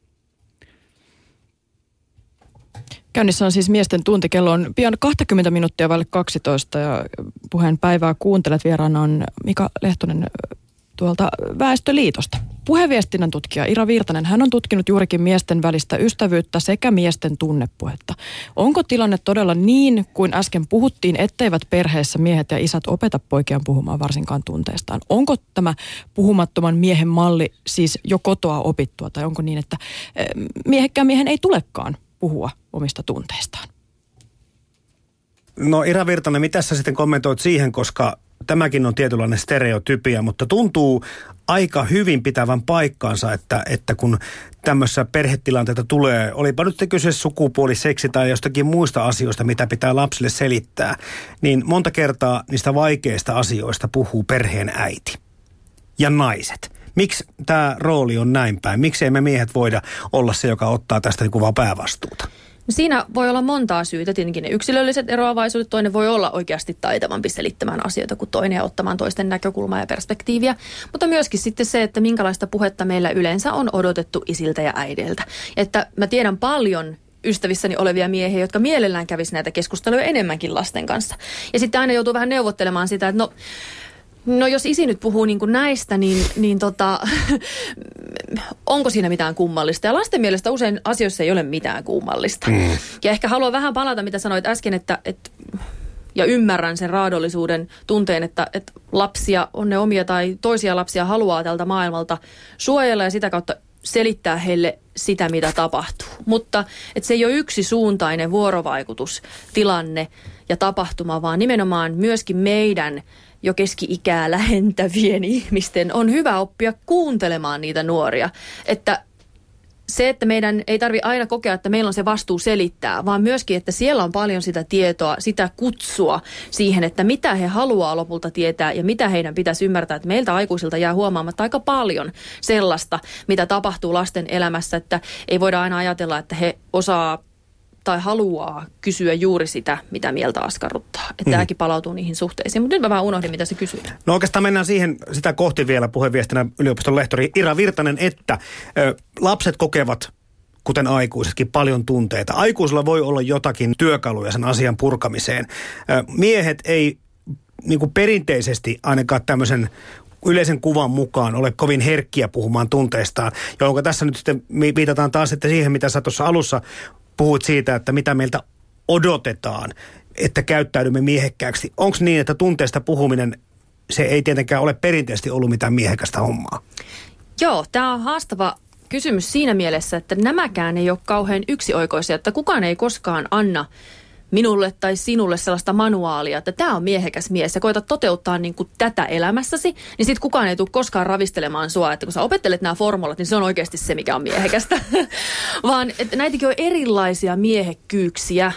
Käynnissä on siis miesten tunti. Kello on pian 20 minuuttia vaille 12 ja Puheen päivää kuuntelet. Vieraana on Mika Lehtonen, tuolta Väestöliitosta. Puheviestinnän tutkija Ira Virtanen, hän on tutkinut juurikin miesten välistä ystävyyttä sekä miesten tunnepuhetta. Onko tilanne todella niin, kuin äsken puhuttiin, etteivät perheessä miehet ja isät opeta poikiaan puhumaan varsinkaan tunteistaan? Onko tämä puhumattoman miehen malli siis jo kotoa opittua, tai onko niin, että miehekkään miehen ei tulekaan puhua omista tunteistaan? No Ira Virtanen, mitä sä sitten kommentoit siihen, koska tämäkin on tietynlainen stereotypia, mutta tuntuu aika hyvin pitävän paikkaansa, että kun tämmöisissä perhetilanteita tulee, olipa nyt kyse sukupuoli, seksi tai jostakin muista asioista, mitä pitää lapsille selittää, niin monta kertaa niistä vaikeista asioista puhuu perheen äiti ja naiset. Miksi tämä rooli on näin päin? Miksi emme miehet voida olla se, joka ottaa tästä niin kuin päävastuuta? Siinä voi olla montaa syytä, tietenkin ne yksilölliset eroavaisuudet. Toinen voi olla oikeasti taitavampi selittämään asioita kuin toinen ja ottamaan toisten näkökulmaa ja perspektiiviä. Mutta myöskin sitten se, että minkälaista puhetta meillä yleensä on odotettu isiltä ja äideiltä. Että mä tiedän paljon ystävissäni olevia miehiä, jotka mielellään kävisi näitä keskusteluja enemmänkin lasten kanssa. Ja sitten aina joutuu vähän neuvottelemaan sitä, että no jos isi nyt puhuu niin kuin näistä, niin onko siinä mitään kummallista? Ja lasten mielestä usein asioissa ei ole mitään kummallista. Ja ehkä haluan vähän palata, mitä sanoit äsken, ja ymmärrän sen raadollisuuden tunteen, että lapsia on ne omia tai toisia lapsia haluaa tältä maailmalta suojella ja sitä kautta selittää heille sitä, mitä tapahtuu. Mutta että se ei ole yksisuuntainen vuorovaikutustilanne ja tapahtuma, vaan nimenomaan myöskin meidän jo keski-ikää lähentävien ihmisten on hyvä oppia kuuntelemaan niitä nuoria. Että se, että meidän ei tarvitse aina kokea, että meillä on se vastuu selittää, vaan myöskin, että siellä on paljon sitä tietoa, sitä kutsua siihen, että mitä he haluaa lopulta tietää ja mitä heidän pitäisi ymmärtää. Että meiltä aikuisilta jää huomaamatta aika paljon sellaista, mitä tapahtuu lasten elämässä, että ei voida aina ajatella, että he osaa tai haluaa kysyä juuri sitä, mitä mieltä askarruttaa. Että tämäkin palautuu niihin suhteisiin. Mutta nyt mä vaan unohdin, mitä se kysyy. No oikeastaan mennään sitä kohti vielä puheviestinä yliopiston lehtori Ira Virtanen, että lapset kokevat, kuten aikuisetkin, paljon tunteita. Aikuisilla voi olla jotakin työkaluja sen asian purkamiseen. Miehet ei niin kuin perinteisesti ainakaan tämmöisen yleisen kuvan mukaan ole kovin herkkiä puhumaan tunteistaan. Jolloin tässä nyt sitten viitataan taas sitten siihen, mitä sä tuossa alussa puhuit siitä, että mitä meiltä odotetaan, että käyttäydymme miehekkääksi. Onko niin, että tunteesta puhuminen, se ei tietenkään ole perinteisesti ollut mitään miehekästä hommaa? Joo, tämä on haastava kysymys siinä mielessä, että nämäkään ei ole kauhean yksioikoisia, että kukaan ei koskaan anna minulle tai sinulle sellaista manuaalia, että tämä on miehekäs mies ja koeta toteuttaa niin kuin tätä elämässäsi, niin sitten kukaan ei tule koskaan ravistelemaan sua, että kun sä opettelet nämä formulat, niin se on oikeasti se, mikä on miehekästä. Vaan että näitäkin on erilaisia miehekkyyksiä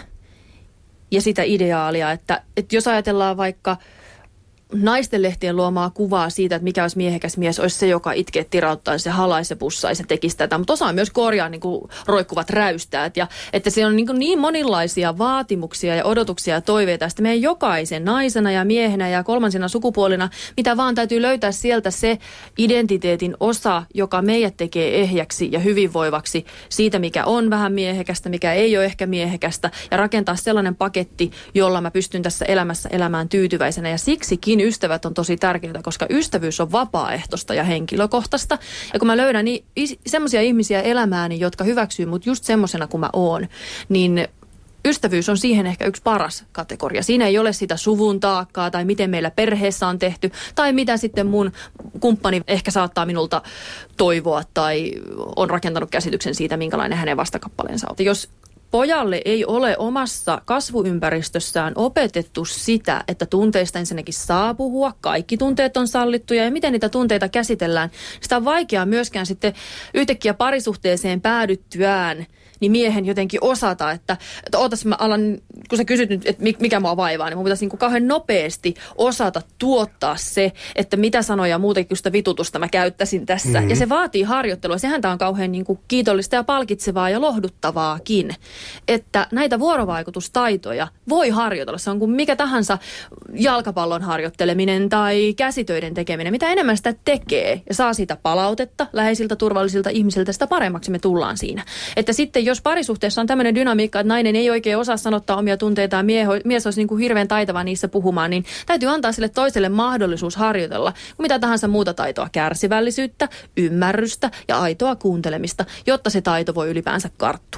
ja sitä ideaalia, että jos ajatellaan vaikka naistenlehtien luomaa kuvaa siitä, että mikä olisi miehekäs mies, olisi se, joka itkee, tirauttaisi, halaisi, pussaisi ja tekisi tätä. Mutta osaa myös korjaa niin kuin roikkuvat räystäät. Ja että siellä on niin monilaisia vaatimuksia ja odotuksia ja toiveita. Sitten meidän jokaisen naisena ja miehenä ja kolmansina sukupuolina, mitä vaan täytyy löytää sieltä se identiteetin osa, joka meidät tekee ehjäksi ja hyvinvoivaksi siitä, mikä on vähän miehekästä, mikä ei ole ehkä miehekästä. Ja rakentaa sellainen paketti, jolla mä pystyn tässä elämässä elämään tyytyväisenä. Ja siksikin ystävät on tosi tärkeää, koska ystävyys on vapaaehtoista ja henkilökohtaista. Ja kun mä löydän semmoisia ihmisiä elämääni, jotka hyväksyy mut just semmoisena kuin mä oon, niin ystävyys on siihen ehkä yksi paras kategoria. Siinä ei ole sitä suvun taakkaa tai miten meillä perheessä on tehty tai mitä sitten mun kumppani ehkä saattaa minulta toivoa tai on rakentanut käsityksen siitä, minkälainen hänen vastakappaleensa on. Jos pojalle ei ole omassa kasvuympäristössään opetettu sitä, että tunteista ensinnäkin saa puhua, kaikki tunteet on sallittuja ja miten niitä tunteita käsitellään. Sitä on vaikeaa myöskään sitten yhtäkkiä parisuhteeseen päädyttyään niin miehen jotenkin osata, että ootas mä alan, kun sä kysyt nyt, että mikä mua vaivaa, niin mun pitäisi niin kuin kauhean nopeasti osata tuottaa se, että mitä sanoja muutenkin sitä vitutusta mä käyttäisin tässä. Mm-hmm. Ja se vaatii harjoittelua. Sehän tää on kauhean niin kuin kiitollista ja palkitsevaa ja lohduttavaakin, että näitä vuorovaikutustaitoja voi harjoitella. Se on kuin mikä tahansa jalkapallon harjoitteleminen tai käsitöiden tekeminen. Mitä enemmän sitä tekee ja saa siitä palautetta läheisiltä turvallisilta ihmisiltä, sitä paremmaksi me tullaan siinä. Että sitten jos parisuhteessa on tämmöinen dynamiikka, että nainen ei oikein osaa sanottaa omia tunteitaan, mies olisi niin kuin hirveän taitava niissä puhumaan, niin täytyy antaa sille toiselle mahdollisuus harjoitella mitä tahansa muuta taitoa, kärsivällisyyttä, ymmärrystä ja aitoa kuuntelemista, jotta se taito voi ylipäänsä karttua.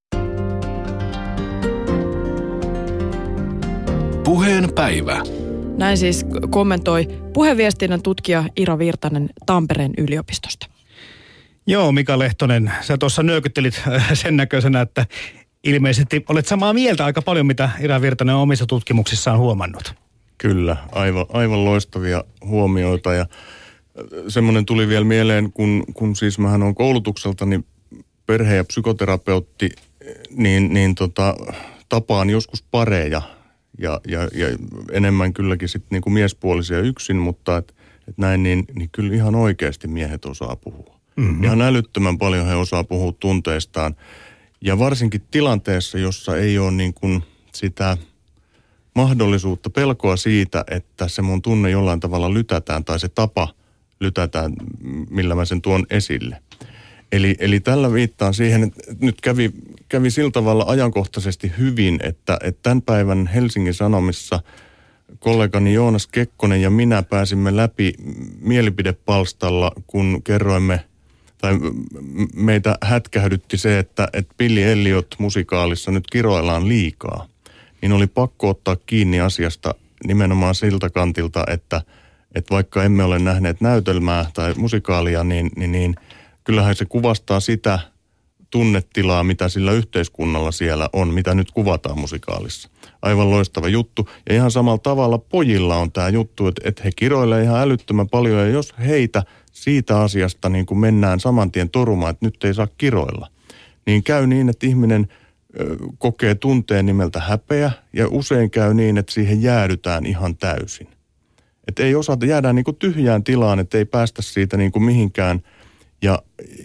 Puheen päivä. Näin siis kommentoi puheviestinnän tutkija Ira Virtanen Tampereen yliopistosta. Joo, Mika Lehtonen, sä tuossa nyökyttelit sen näköisenä, että ilmeisesti olet samaa mieltä aika paljon, mitä Ira Virtanen on omissa tutkimuksissaan huomannut. Kyllä, aivan loistavia huomioita ja semmoinen tuli vielä mieleen, kun siis mähän on koulutukseltani perhe- ja psykoterapeutti, niin tapaan joskus pareja ja enemmän kylläkin sitten niinku miespuolisia yksin, mutta et näin niin kyllä ihan oikeasti miehet osaa puhua. Mm-hmm. Ihan älyttömän paljon he osaa puhua tunteistaan ja varsinkin tilanteessa, jossa ei ole niin kuin sitä mahdollisuutta, pelkoa siitä, että se mun tunne jollain tavalla lytätään tai se tapa lytätään, millä mä sen tuon esille. Eli tällä viittaan siihen, että nyt kävi sillä tavalla ajankohtaisesti hyvin, että tämän päivän Helsingin Sanomissa kollegani Joonas Kekkonen ja minä pääsimme läpi mielipidepalstalla, kun kerroimme, tai meitä hätkähdytti se, että Billy Elliot musikaalissa nyt kiroillaan liikaa. Niin oli pakko ottaa kiinni asiasta nimenomaan siltä kantilta, että vaikka emme ole nähneet näytelmää tai musikaalia, niin kyllähän se kuvastaa sitä tunnetilaa, mitä sillä yhteiskunnalla siellä on, mitä nyt kuvataan musikaalissa. Aivan loistava juttu. Ja ihan samalla tavalla pojilla on tämä juttu, että he kiroilee ihan älyttömän paljon. Ja jos heitä siitä asiasta niin kuin mennään saman tien torumaan, että nyt ei saa kiroilla, niin käy niin, että ihminen kokee tunteen nimeltä häpeä. Ja usein käy niin, että siihen jäädytään ihan täysin. Että ei osata, jäädään niin kuin tyhjään tilaan, että ei päästä siitä niin kuin mihinkään. Ja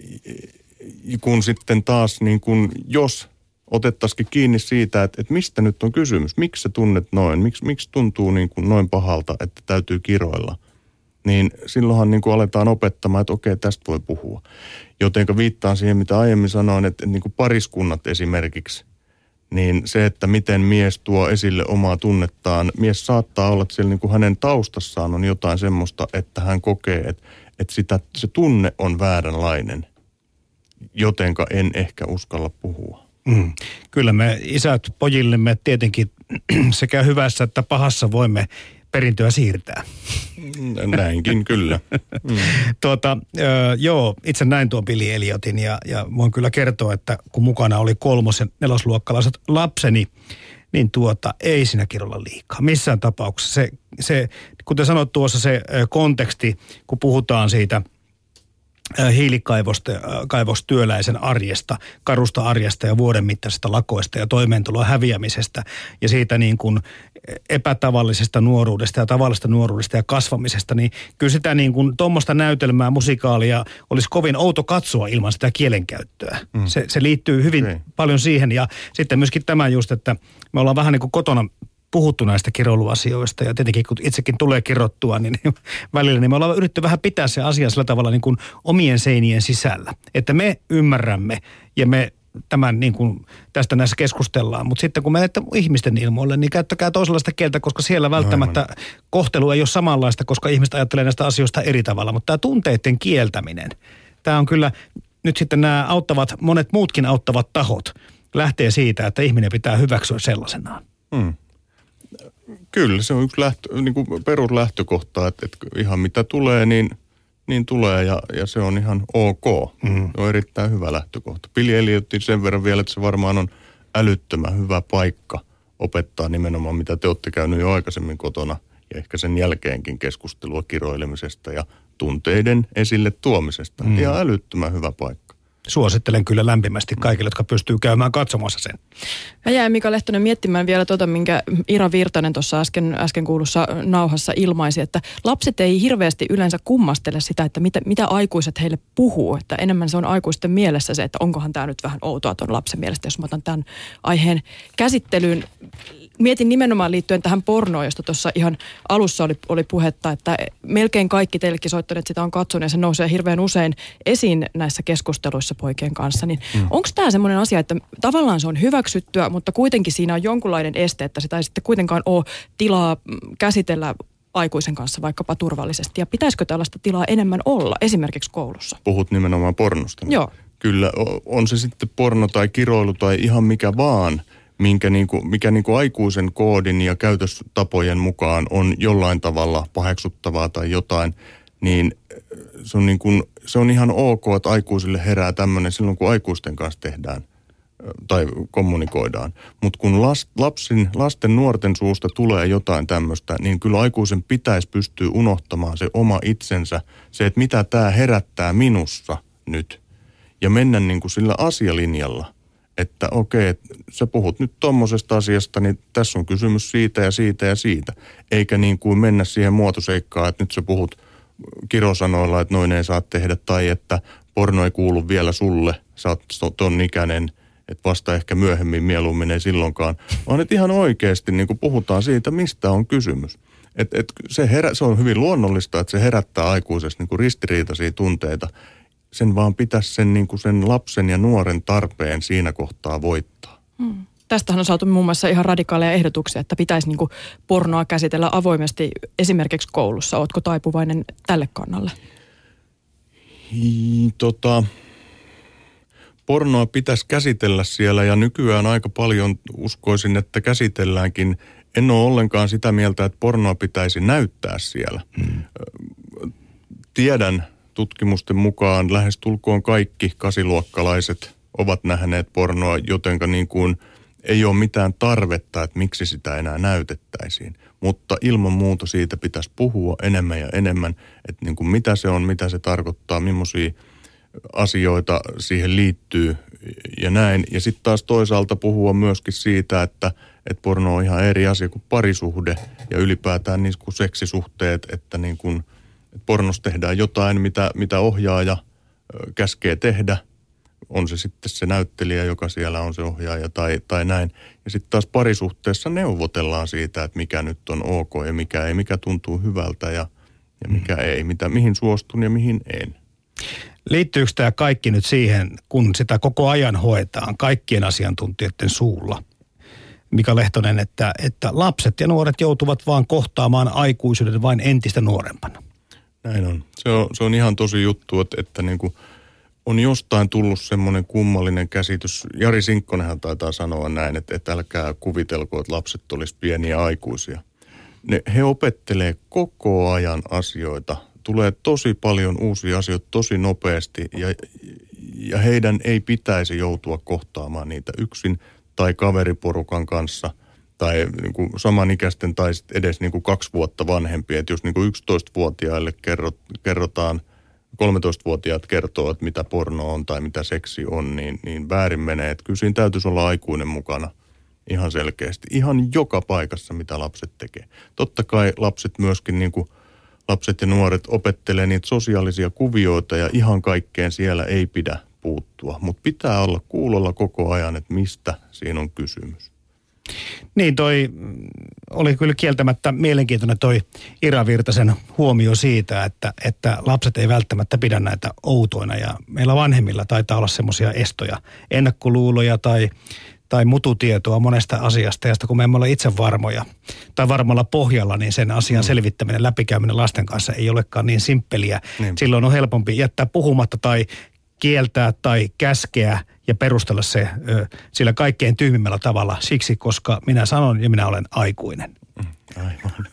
kun sitten taas, niin kun, jos otettaisikin kiinni siitä, että mistä nyt on kysymys, miksi sä tunnet noin, miksi tuntuu niin kuin noin pahalta, että täytyy kiroilla, niin silloinhan niin kuin aletaan opettamaan, että okei, tästä voi puhua. Jotenka viittaan siihen, mitä aiemmin sanoin, että niin kuin pariskunnat esimerkiksi, niin se, että miten mies tuo esille omaa tunnettaan, mies saattaa olla, että siellä niin kuin hänen taustassaan on jotain semmoista, että hän kokee, että se tunne on vääränlainen, jotenka en ehkä uskalla puhua. Kyllä me isät pojillemme tietenkin sekä hyvässä että pahassa voimme perintöä siirtää. Näinkin, kyllä. Joo, itse näin tuon Billy Elliotin ja voin kyllä kertoa, että kun mukana oli 3- ja 4-luokkalaiset lapseni, niin ei siinä kirolla liikaa. Missään tapauksessa. Se, kuten sanoit tuossa, se konteksti, kun puhutaan siitä hiilikaivostyöläisen arjesta, karusta arjesta ja vuoden mittaisesta lakoista ja toimeentulon häviämisestä ja siitä niin kuin epätavallisesta nuoruudesta ja tavallisesta nuoruudesta ja kasvamisesta, niin kyllä sitä niin kuin tuommoista näytelmää, musikaalia olisi kovin outo katsoa ilman sitä kielenkäyttöä. Se liittyy hyvin paljon siihen ja sitten myöskin tämä just, että me ollaan vähän niin kuin kotona puhuttu näistä kiroiluasioista ja tietenkin kun itsekin tulee kirottua, niin välillä niin me ollaan yritetty vähän pitää se asia sillä tavalla niin kuin omien seinien sisällä. Että me ymmärrämme ja me tämän niin kuin tästä näissä keskustellaan, mutta sitten kun menette ihmisten ilmoille, niin käyttäkää toisenlaista kieltä, koska siellä välttämättä kohtelu ei ole samanlaista, koska ihmiset ajattelee näistä asioista eri tavalla. Mutta tämä tunteiden kieltäminen, tämä on kyllä nyt sitten nämä monet muutkin auttavat tahot lähtee siitä, että ihminen pitää hyväksyä sellaisenaan. Kyllä, se on yksi niin kuin peruslähtökohta, että ihan mitä tulee, niin tulee ja se on ihan ok. Se on erittäin hyvä lähtökohta. Billy Elliotin sen verran vielä, että se varmaan on älyttömän hyvä paikka opettaa nimenomaan, mitä te olette käynyt jo aikaisemmin kotona ja ehkä sen jälkeenkin keskustelua kiroilemisesta ja tunteiden esille tuomisesta. Ihan älyttömän hyvä paikka. Suosittelen kyllä lämpimästi kaikille, jotka pystyy käymään katsomassa sen. Mä jäin Mika Lehtonen miettimään vielä minkä Ira Virtanen tuossa äsken kuulussa nauhassa ilmaisi, että lapset ei hirveästi yleensä kummastele sitä, että mitä aikuiset heille puhuu. Että enemmän se on aikuisten mielessä se, että onkohan tämä nyt vähän outoa tuon lapsen mielestä, jos mä otan tämän aiheen käsittelyyn. mietin nimenomaan liittyen tähän pornoon, josta tuossa ihan alussa oli puhetta, että melkein kaikki teillekin soittaneet sitä on katsonut ja se nousee hirveän usein esiin näissä keskusteluissa poikien kanssa. Niin onko tämä semmoinen asia, että tavallaan se on hyväksyttyä, mutta kuitenkin siinä on jonkunlainen este, että sitä ei sitten kuitenkaan ole tilaa käsitellä aikuisen kanssa vaikkapa turvallisesti. Ja pitäisikö tällaista tilaa enemmän olla, esimerkiksi koulussa? Puhut nimenomaan pornosta. Joo. Kyllä, on se sitten porno tai kiroilu tai ihan mikä vaan, mikä aikuisen koodin ja käytöstapojen mukaan on jollain tavalla paheksuttavaa tai jotain, niin se on ihan ok, että aikuisille herää tämmöinen silloin, kun aikuisten kanssa tehdään tai kommunikoidaan. Mutta kun lasten nuorten suusta tulee jotain tämmöistä, niin kyllä aikuisen pitäisi pystyä unohtamaan se oma itsensä, se, että mitä tämä herättää minussa nyt. Ja mennä sillä asialinjalla, että okei, sä puhut nyt tommosesta asiasta, niin tässä on kysymys siitä ja siitä ja siitä. Eikä niin kuin mennä siihen muotoseikkaan, että nyt sä puhut kirosanoilla, että noin ei saa tehdä, tai että porno ei kuulu vielä sulle, sä oot ton ikäinen, että vasta ehkä myöhemmin mieluummin ei silloinkaan. Vaan että ihan oikeasti niin kuin puhutaan siitä, mistä on kysymys. Se on hyvin luonnollista, että se herättää aikuisesta niin kuin ristiriitaisia tunteita. Sen vaan pitäisi sen lapsen ja nuoren tarpeen siinä kohtaa voittaa. Tästähän on saatu muun muassa ihan radikaaleja ehdotuksia, että pitäisi pornoa käsitellä avoimesti esimerkiksi koulussa. Ootko taipuvainen tälle kannalle? Pornoa pitäisi käsitellä siellä ja nykyään aika paljon uskoisin, että käsitelläänkin. En ole ollenkaan sitä mieltä, että pornoa pitäisi näyttää siellä. Tiedän tutkimusten mukaan lähestulkoon kaikki 8-luokkalaiset ovat nähneet pornoa, jotenka ei ole mitään tarvetta, että miksi sitä enää näytettäisiin. Mutta ilman muuta siitä pitäisi puhua enemmän ja enemmän, että mitä se on, mitä se tarkoittaa, millaisia asioita siihen liittyy ja näin. Ja sitten taas toisaalta puhua myöskin siitä, että porno on ihan eri asia kuin parisuhde ja ylipäätään seksisuhteet, että pornossa tehdään jotain, mitä ohjaaja käskee tehdä. On se sitten se näyttelijä, joka siellä on se ohjaaja tai näin. Ja sitten taas parisuhteessa neuvotellaan siitä, että mikä nyt on ok ja mikä ei, mikä tuntuu hyvältä ja mikä ei, mihin suostun ja mihin en. Liittyykö tämä kaikki nyt siihen, kun sitä koko ajan hoetaan kaikkien asiantuntijoiden suulla? Mika Lehtonen, että lapset ja nuoret joutuvat vaan kohtaamaan aikuisuuden vain entistä nuorempana. Näin on. Se on ihan tosi juttu, että on jostain tullut semmoinen kummallinen käsitys. Jari Sinkkonenhan taitaa sanoa näin, että älkää kuvitelko, että lapset olisi pieniä aikuisia. He opettelee koko ajan asioita. Tulee tosi paljon uusia asioita tosi nopeasti ja heidän ei pitäisi joutua kohtaamaan niitä yksin tai kaveriporukan kanssa tai samanikäisten tai edes 2 vuotta vanhempia. Että jos 11-vuotiaille kerrotaan, 13-vuotiaat kertoo, että mitä porno on tai mitä seksi on, niin väärin menee. Että kyllä siinä täytyisi olla aikuinen mukana ihan selkeästi. Ihan joka paikassa, mitä lapset tekee. Totta kai lapset myöskin lapset ja nuoret opettelee niitä sosiaalisia kuvioita ja ihan kaikkeen siellä ei pidä puuttua. Mutta pitää olla kuulolla koko ajan, että mistä siinä on kysymys. Niin, toi oli kyllä kieltämättä mielenkiintoinen toi Ira Virtasen huomio siitä, että lapset ei välttämättä pidä näitä outoina ja meillä vanhemmilla taitaa olla semmoisia estoja, ennakkoluuloja tai mututietoa monesta asiasta ja sitä kun me emme ole itse varmoja tai varmalla pohjalla, niin sen asian selvittäminen, läpikäyminen lasten kanssa ei olekaan niin simppeliä. Silloin on helpompi jättää puhumatta tai kieltää tai käskeä ja perustella se sillä kaikkein tyhmimmällä tavalla siksi, koska minä sanon ja minä olen aikuinen. Aivan.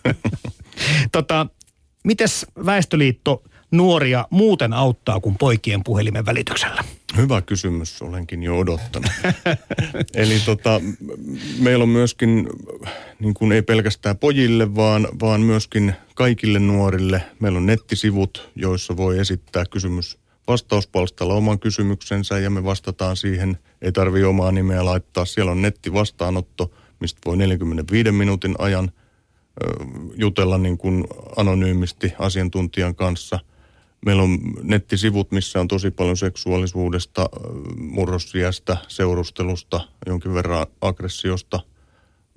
Mites Väestöliitto nuoria muuten auttaa kuin poikien puhelimen välityksellä? Hyvä kysymys, olenkin jo odottanut. Eli meillä on myöskin, ei pelkästään pojille, vaan myöskin kaikille nuorille. Meillä on nettisivut, joissa voi esittää vastauspalstalla oman kysymyksensä ja me vastataan siihen. Ei tarvitse omaa nimeä laittaa. Siellä on nettivastaanotto, mistä voi 45 minuutin ajan jutella anonyymisti asiantuntijan kanssa. Meillä on nettisivut, missä on tosi paljon seksuaalisuudesta, murrosiästä, seurustelusta, jonkin verran aggressiosta,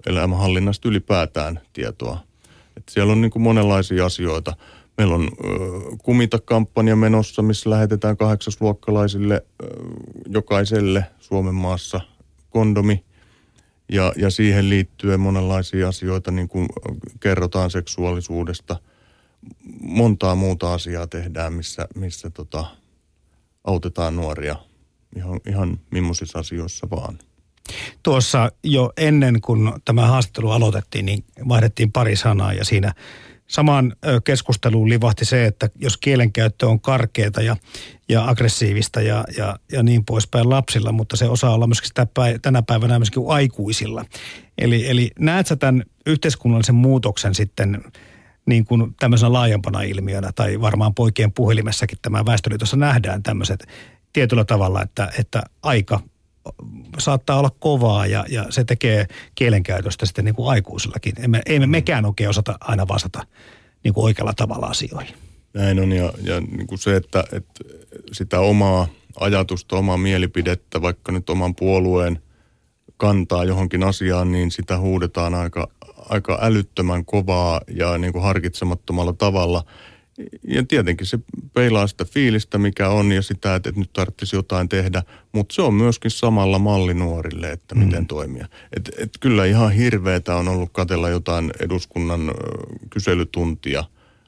elämänhallinnasta ylipäätään tietoa. Et siellä on niin kuin monenlaisia asioita. Meillä on Kumita-kampanja menossa, missä lähetetään 8-luokkalaisille jokaiselle Suomen maassa kondomi. Ja siihen liittyen monenlaisia asioita, niin kuin kerrotaan seksuaalisuudesta. Montaa muuta asiaa tehdään, missä autetaan nuoria ihan millaisissa asioissa vaan. Tuossa jo ennen kuin tämä haastattelu aloitettiin, niin vaihdettiin pari sanaa ja siinä samaan keskusteluun livahti se, että jos kielenkäyttö on karkeata ja aggressiivista ja niin poispäin lapsilla, mutta se osaa olla myöskin tänä päivänä myöskin aikuisilla. Eli näet sä tämän yhteiskunnallisen muutoksen sitten niin kuin tämmöisenä laajempana ilmiönä, tai varmaan poikien puhelimessakin tämä Väestöliitossa nähdään tämmöiset tietyllä tavalla, että aika saattaa olla kovaa ja se tekee kielenkäytöstä sitten niin kuin aikuisillakin. Emme mekään oikein osata aina vastata niin kuin oikealla tavalla asioihin. Näin on ja niin kuin se, että sitä omaa ajatusta, omaa mielipidettä, vaikka nyt oman puolueen kantaa johonkin asiaan, niin sitä huudetaan aika älyttömän kovaa ja niin kuin harkitsemattomalla tavalla. Ja tietenkin se peilaa sitä fiilistä, mikä on, ja sitä, että nyt tarvitsisi jotain tehdä, mutta se on myöskin samalla malli nuorille, että miten toimia. Et kyllä ihan hirveetä on ollut katsella jotain eduskunnan kyselytuntia.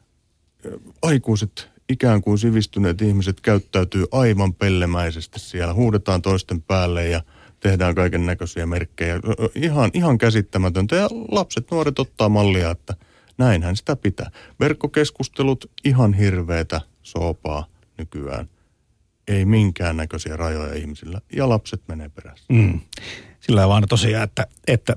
Aikuiset, ikään kuin sivistyneet ihmiset käyttäytyy aivan pellemäisesti siellä. Huudetaan toisten päälle ja tehdään kaiken näköisiä merkkejä. Ihan käsittämätöntä, ja lapset, nuoret ottaa mallia, että näinhän sitä pitää. Verkkokeskustelut, ihan hirveetä soopaa nykyään. Ei minkäännäköisiä rajoja ihmisillä. Ja lapset menee perässä. Sillä vaan tosiaan, että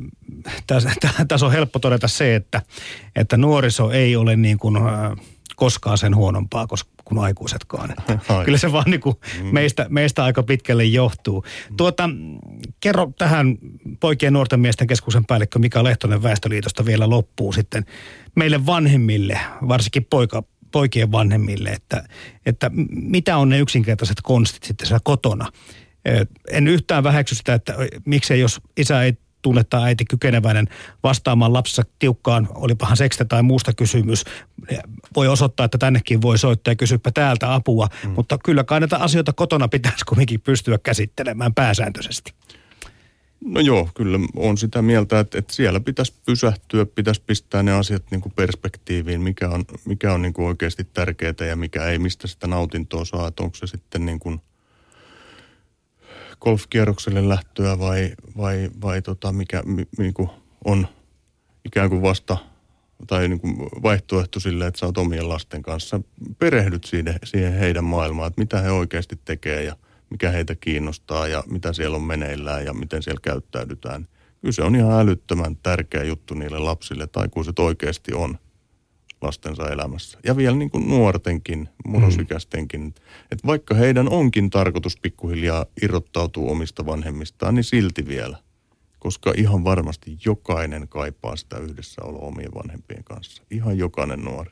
tässä on helppo todeta se, että nuoriso ei ole niin kuin koskaan sen huonompaa kuin aikuisetkaan. Kyllä se vaan niin kuin meistä aika pitkälle johtuu. Kerro tähän poikien nuorten miesten keskuksen päällikkö Mika Lehtonen Väestöliitosta vielä loppuu sitten meille vanhemmille, varsinkin poikien vanhemmille, että mitä on ne yksinkertaiset konstit sitten siellä kotona. En yhtään väheksy sitä, että miksei jos isä ei tunne tai äiti kykeneväinen vastaamaan lapsensa tiukkaan, olipahan seksistä tai muusta kysymys. Voi osoittaa, että tännekin voi soittaa ja kysypä täältä apua, mutta kyllä kai näitä asioita kotona pitäisi kuitenkin pystyä käsittelemään pääsääntöisesti. No joo, kyllä on sitä mieltä, että siellä pitäisi pysähtyä, pitäisi pistää ne asiat niin kuin perspektiiviin, mikä on niin kuin oikeasti tärkeää ja mikä ei, mistä sitä nautintoa saa, että onko se sitten niin kuin golfkierrokselle lähtöä vai mikä niin kuin on ikään kuin vasta tai niin kuin vaihtoehto sille, että sä oot omien lasten kanssa, perehdyt siihen heidän maailmaan, että mitä he oikeasti tekee ja mikä heitä kiinnostaa ja mitä siellä on meneillään ja miten siellä käyttäydytään. Kyllä se on ihan älyttömän tärkeä juttu niille lapsille, että aikuiset oikeasti on lastensa elämässä. Ja vielä niin kuin nuortenkin, murrosikäistenkin. Että vaikka heidän onkin tarkoitus pikkuhiljaa irrottautua omista vanhemmistaan, niin silti vielä. Koska ihan varmasti jokainen kaipaa sitä yhdessäoloa omien vanhempien kanssa. Ihan jokainen nuori.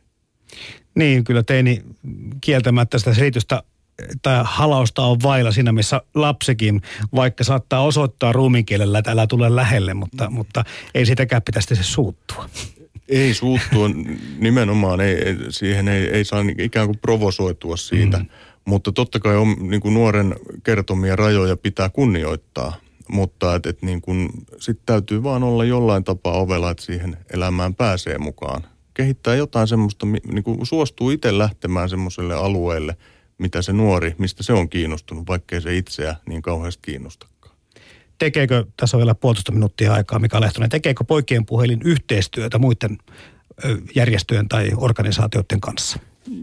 Niin, kyllä teini kieltämättä sitä selitystä tai halausta on vailla siinä, missä lapsikin, vaikka saattaa osoittaa ruumiinkielellä, että älä tule lähelle, mutta ei sitäkään pitäisi se suuttua. Ei suuttua, nimenomaan siihen ei saa ikään kuin provosoitua siitä, mutta totta kai on, niin kuin nuoren kertomia rajoja pitää kunnioittaa, mutta niin kuin, sit täytyy vaan olla jollain tapaa ovella, että siihen elämään pääsee mukaan. Kehittää jotain semmoista, niin kuin suostuu itse lähtemään semmoiselle alueelle, mitä se nuori, mistä se on kiinnostunut, vaikkei se itseä niin kauheasti kiinnostakaan. Tekeekö, tässä on vielä 1,5 minuuttia aikaa, Mika Lehtonen, tekeekö poikien puhelin yhteistyötä muiden järjestöjen tai organisaatioiden kanssa?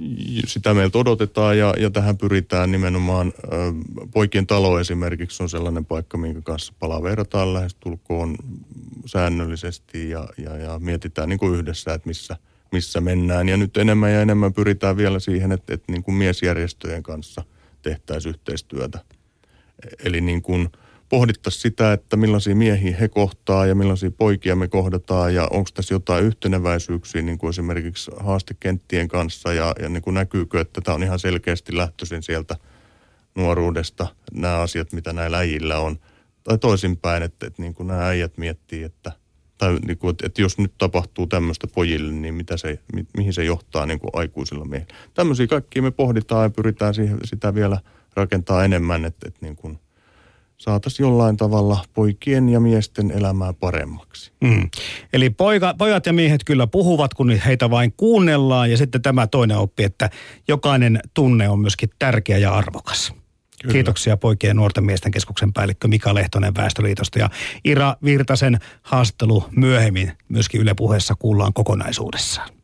Sitä meiltä odotetaan ja tähän pyritään nimenomaan. Poikien talo esimerkiksi on sellainen paikka, minkä kanssa palaveerataan lähestulkoon säännöllisesti ja mietitään niin kuin yhdessä, että missä mennään. Ja nyt enemmän ja enemmän pyritään vielä siihen, että niin kuin miesjärjestöjen kanssa tehtäisiin yhteistyötä. Eli niin kuin pohdittaisiin sitä, että millaisia miehiä he kohtaa ja millaisia poikia me kohdataan ja onko tässä jotain yhteneväisyyksiä niin kuin esimerkiksi haastekenttien kanssa ja niin kuin näkyykö, että tämä on ihan selkeästi lähtöisin sieltä nuoruudesta nämä asiat, mitä näillä äijillä on. Tai toisinpäin, että niin kuin nämä äijät miettii, että tai niin kuin, että jos nyt tapahtuu tämmöistä pojille, niin mihin se johtaa niin kuin aikuisilla miehillä. Tämmöisiä kaikkia me pohditaan ja pyritään sitä vielä rakentaa enemmän, että niin kuin saataisiin jollain tavalla poikien ja miesten elämää paremmaksi. Eli pojat ja miehet kyllä puhuvat, kun heitä vain kuunnellaan, ja sitten tämä toinen oppi, että jokainen tunne on myöskin tärkeä ja arvokas. Kyllä. Kiitoksia Poikien ja nuorten miesten keskuksen päällikkö Mika Lehtonen Väestöliitosta, ja Ira Virtasen haastattelu myöhemmin myöskin Yle Puheessa kuullaan kokonaisuudessaan.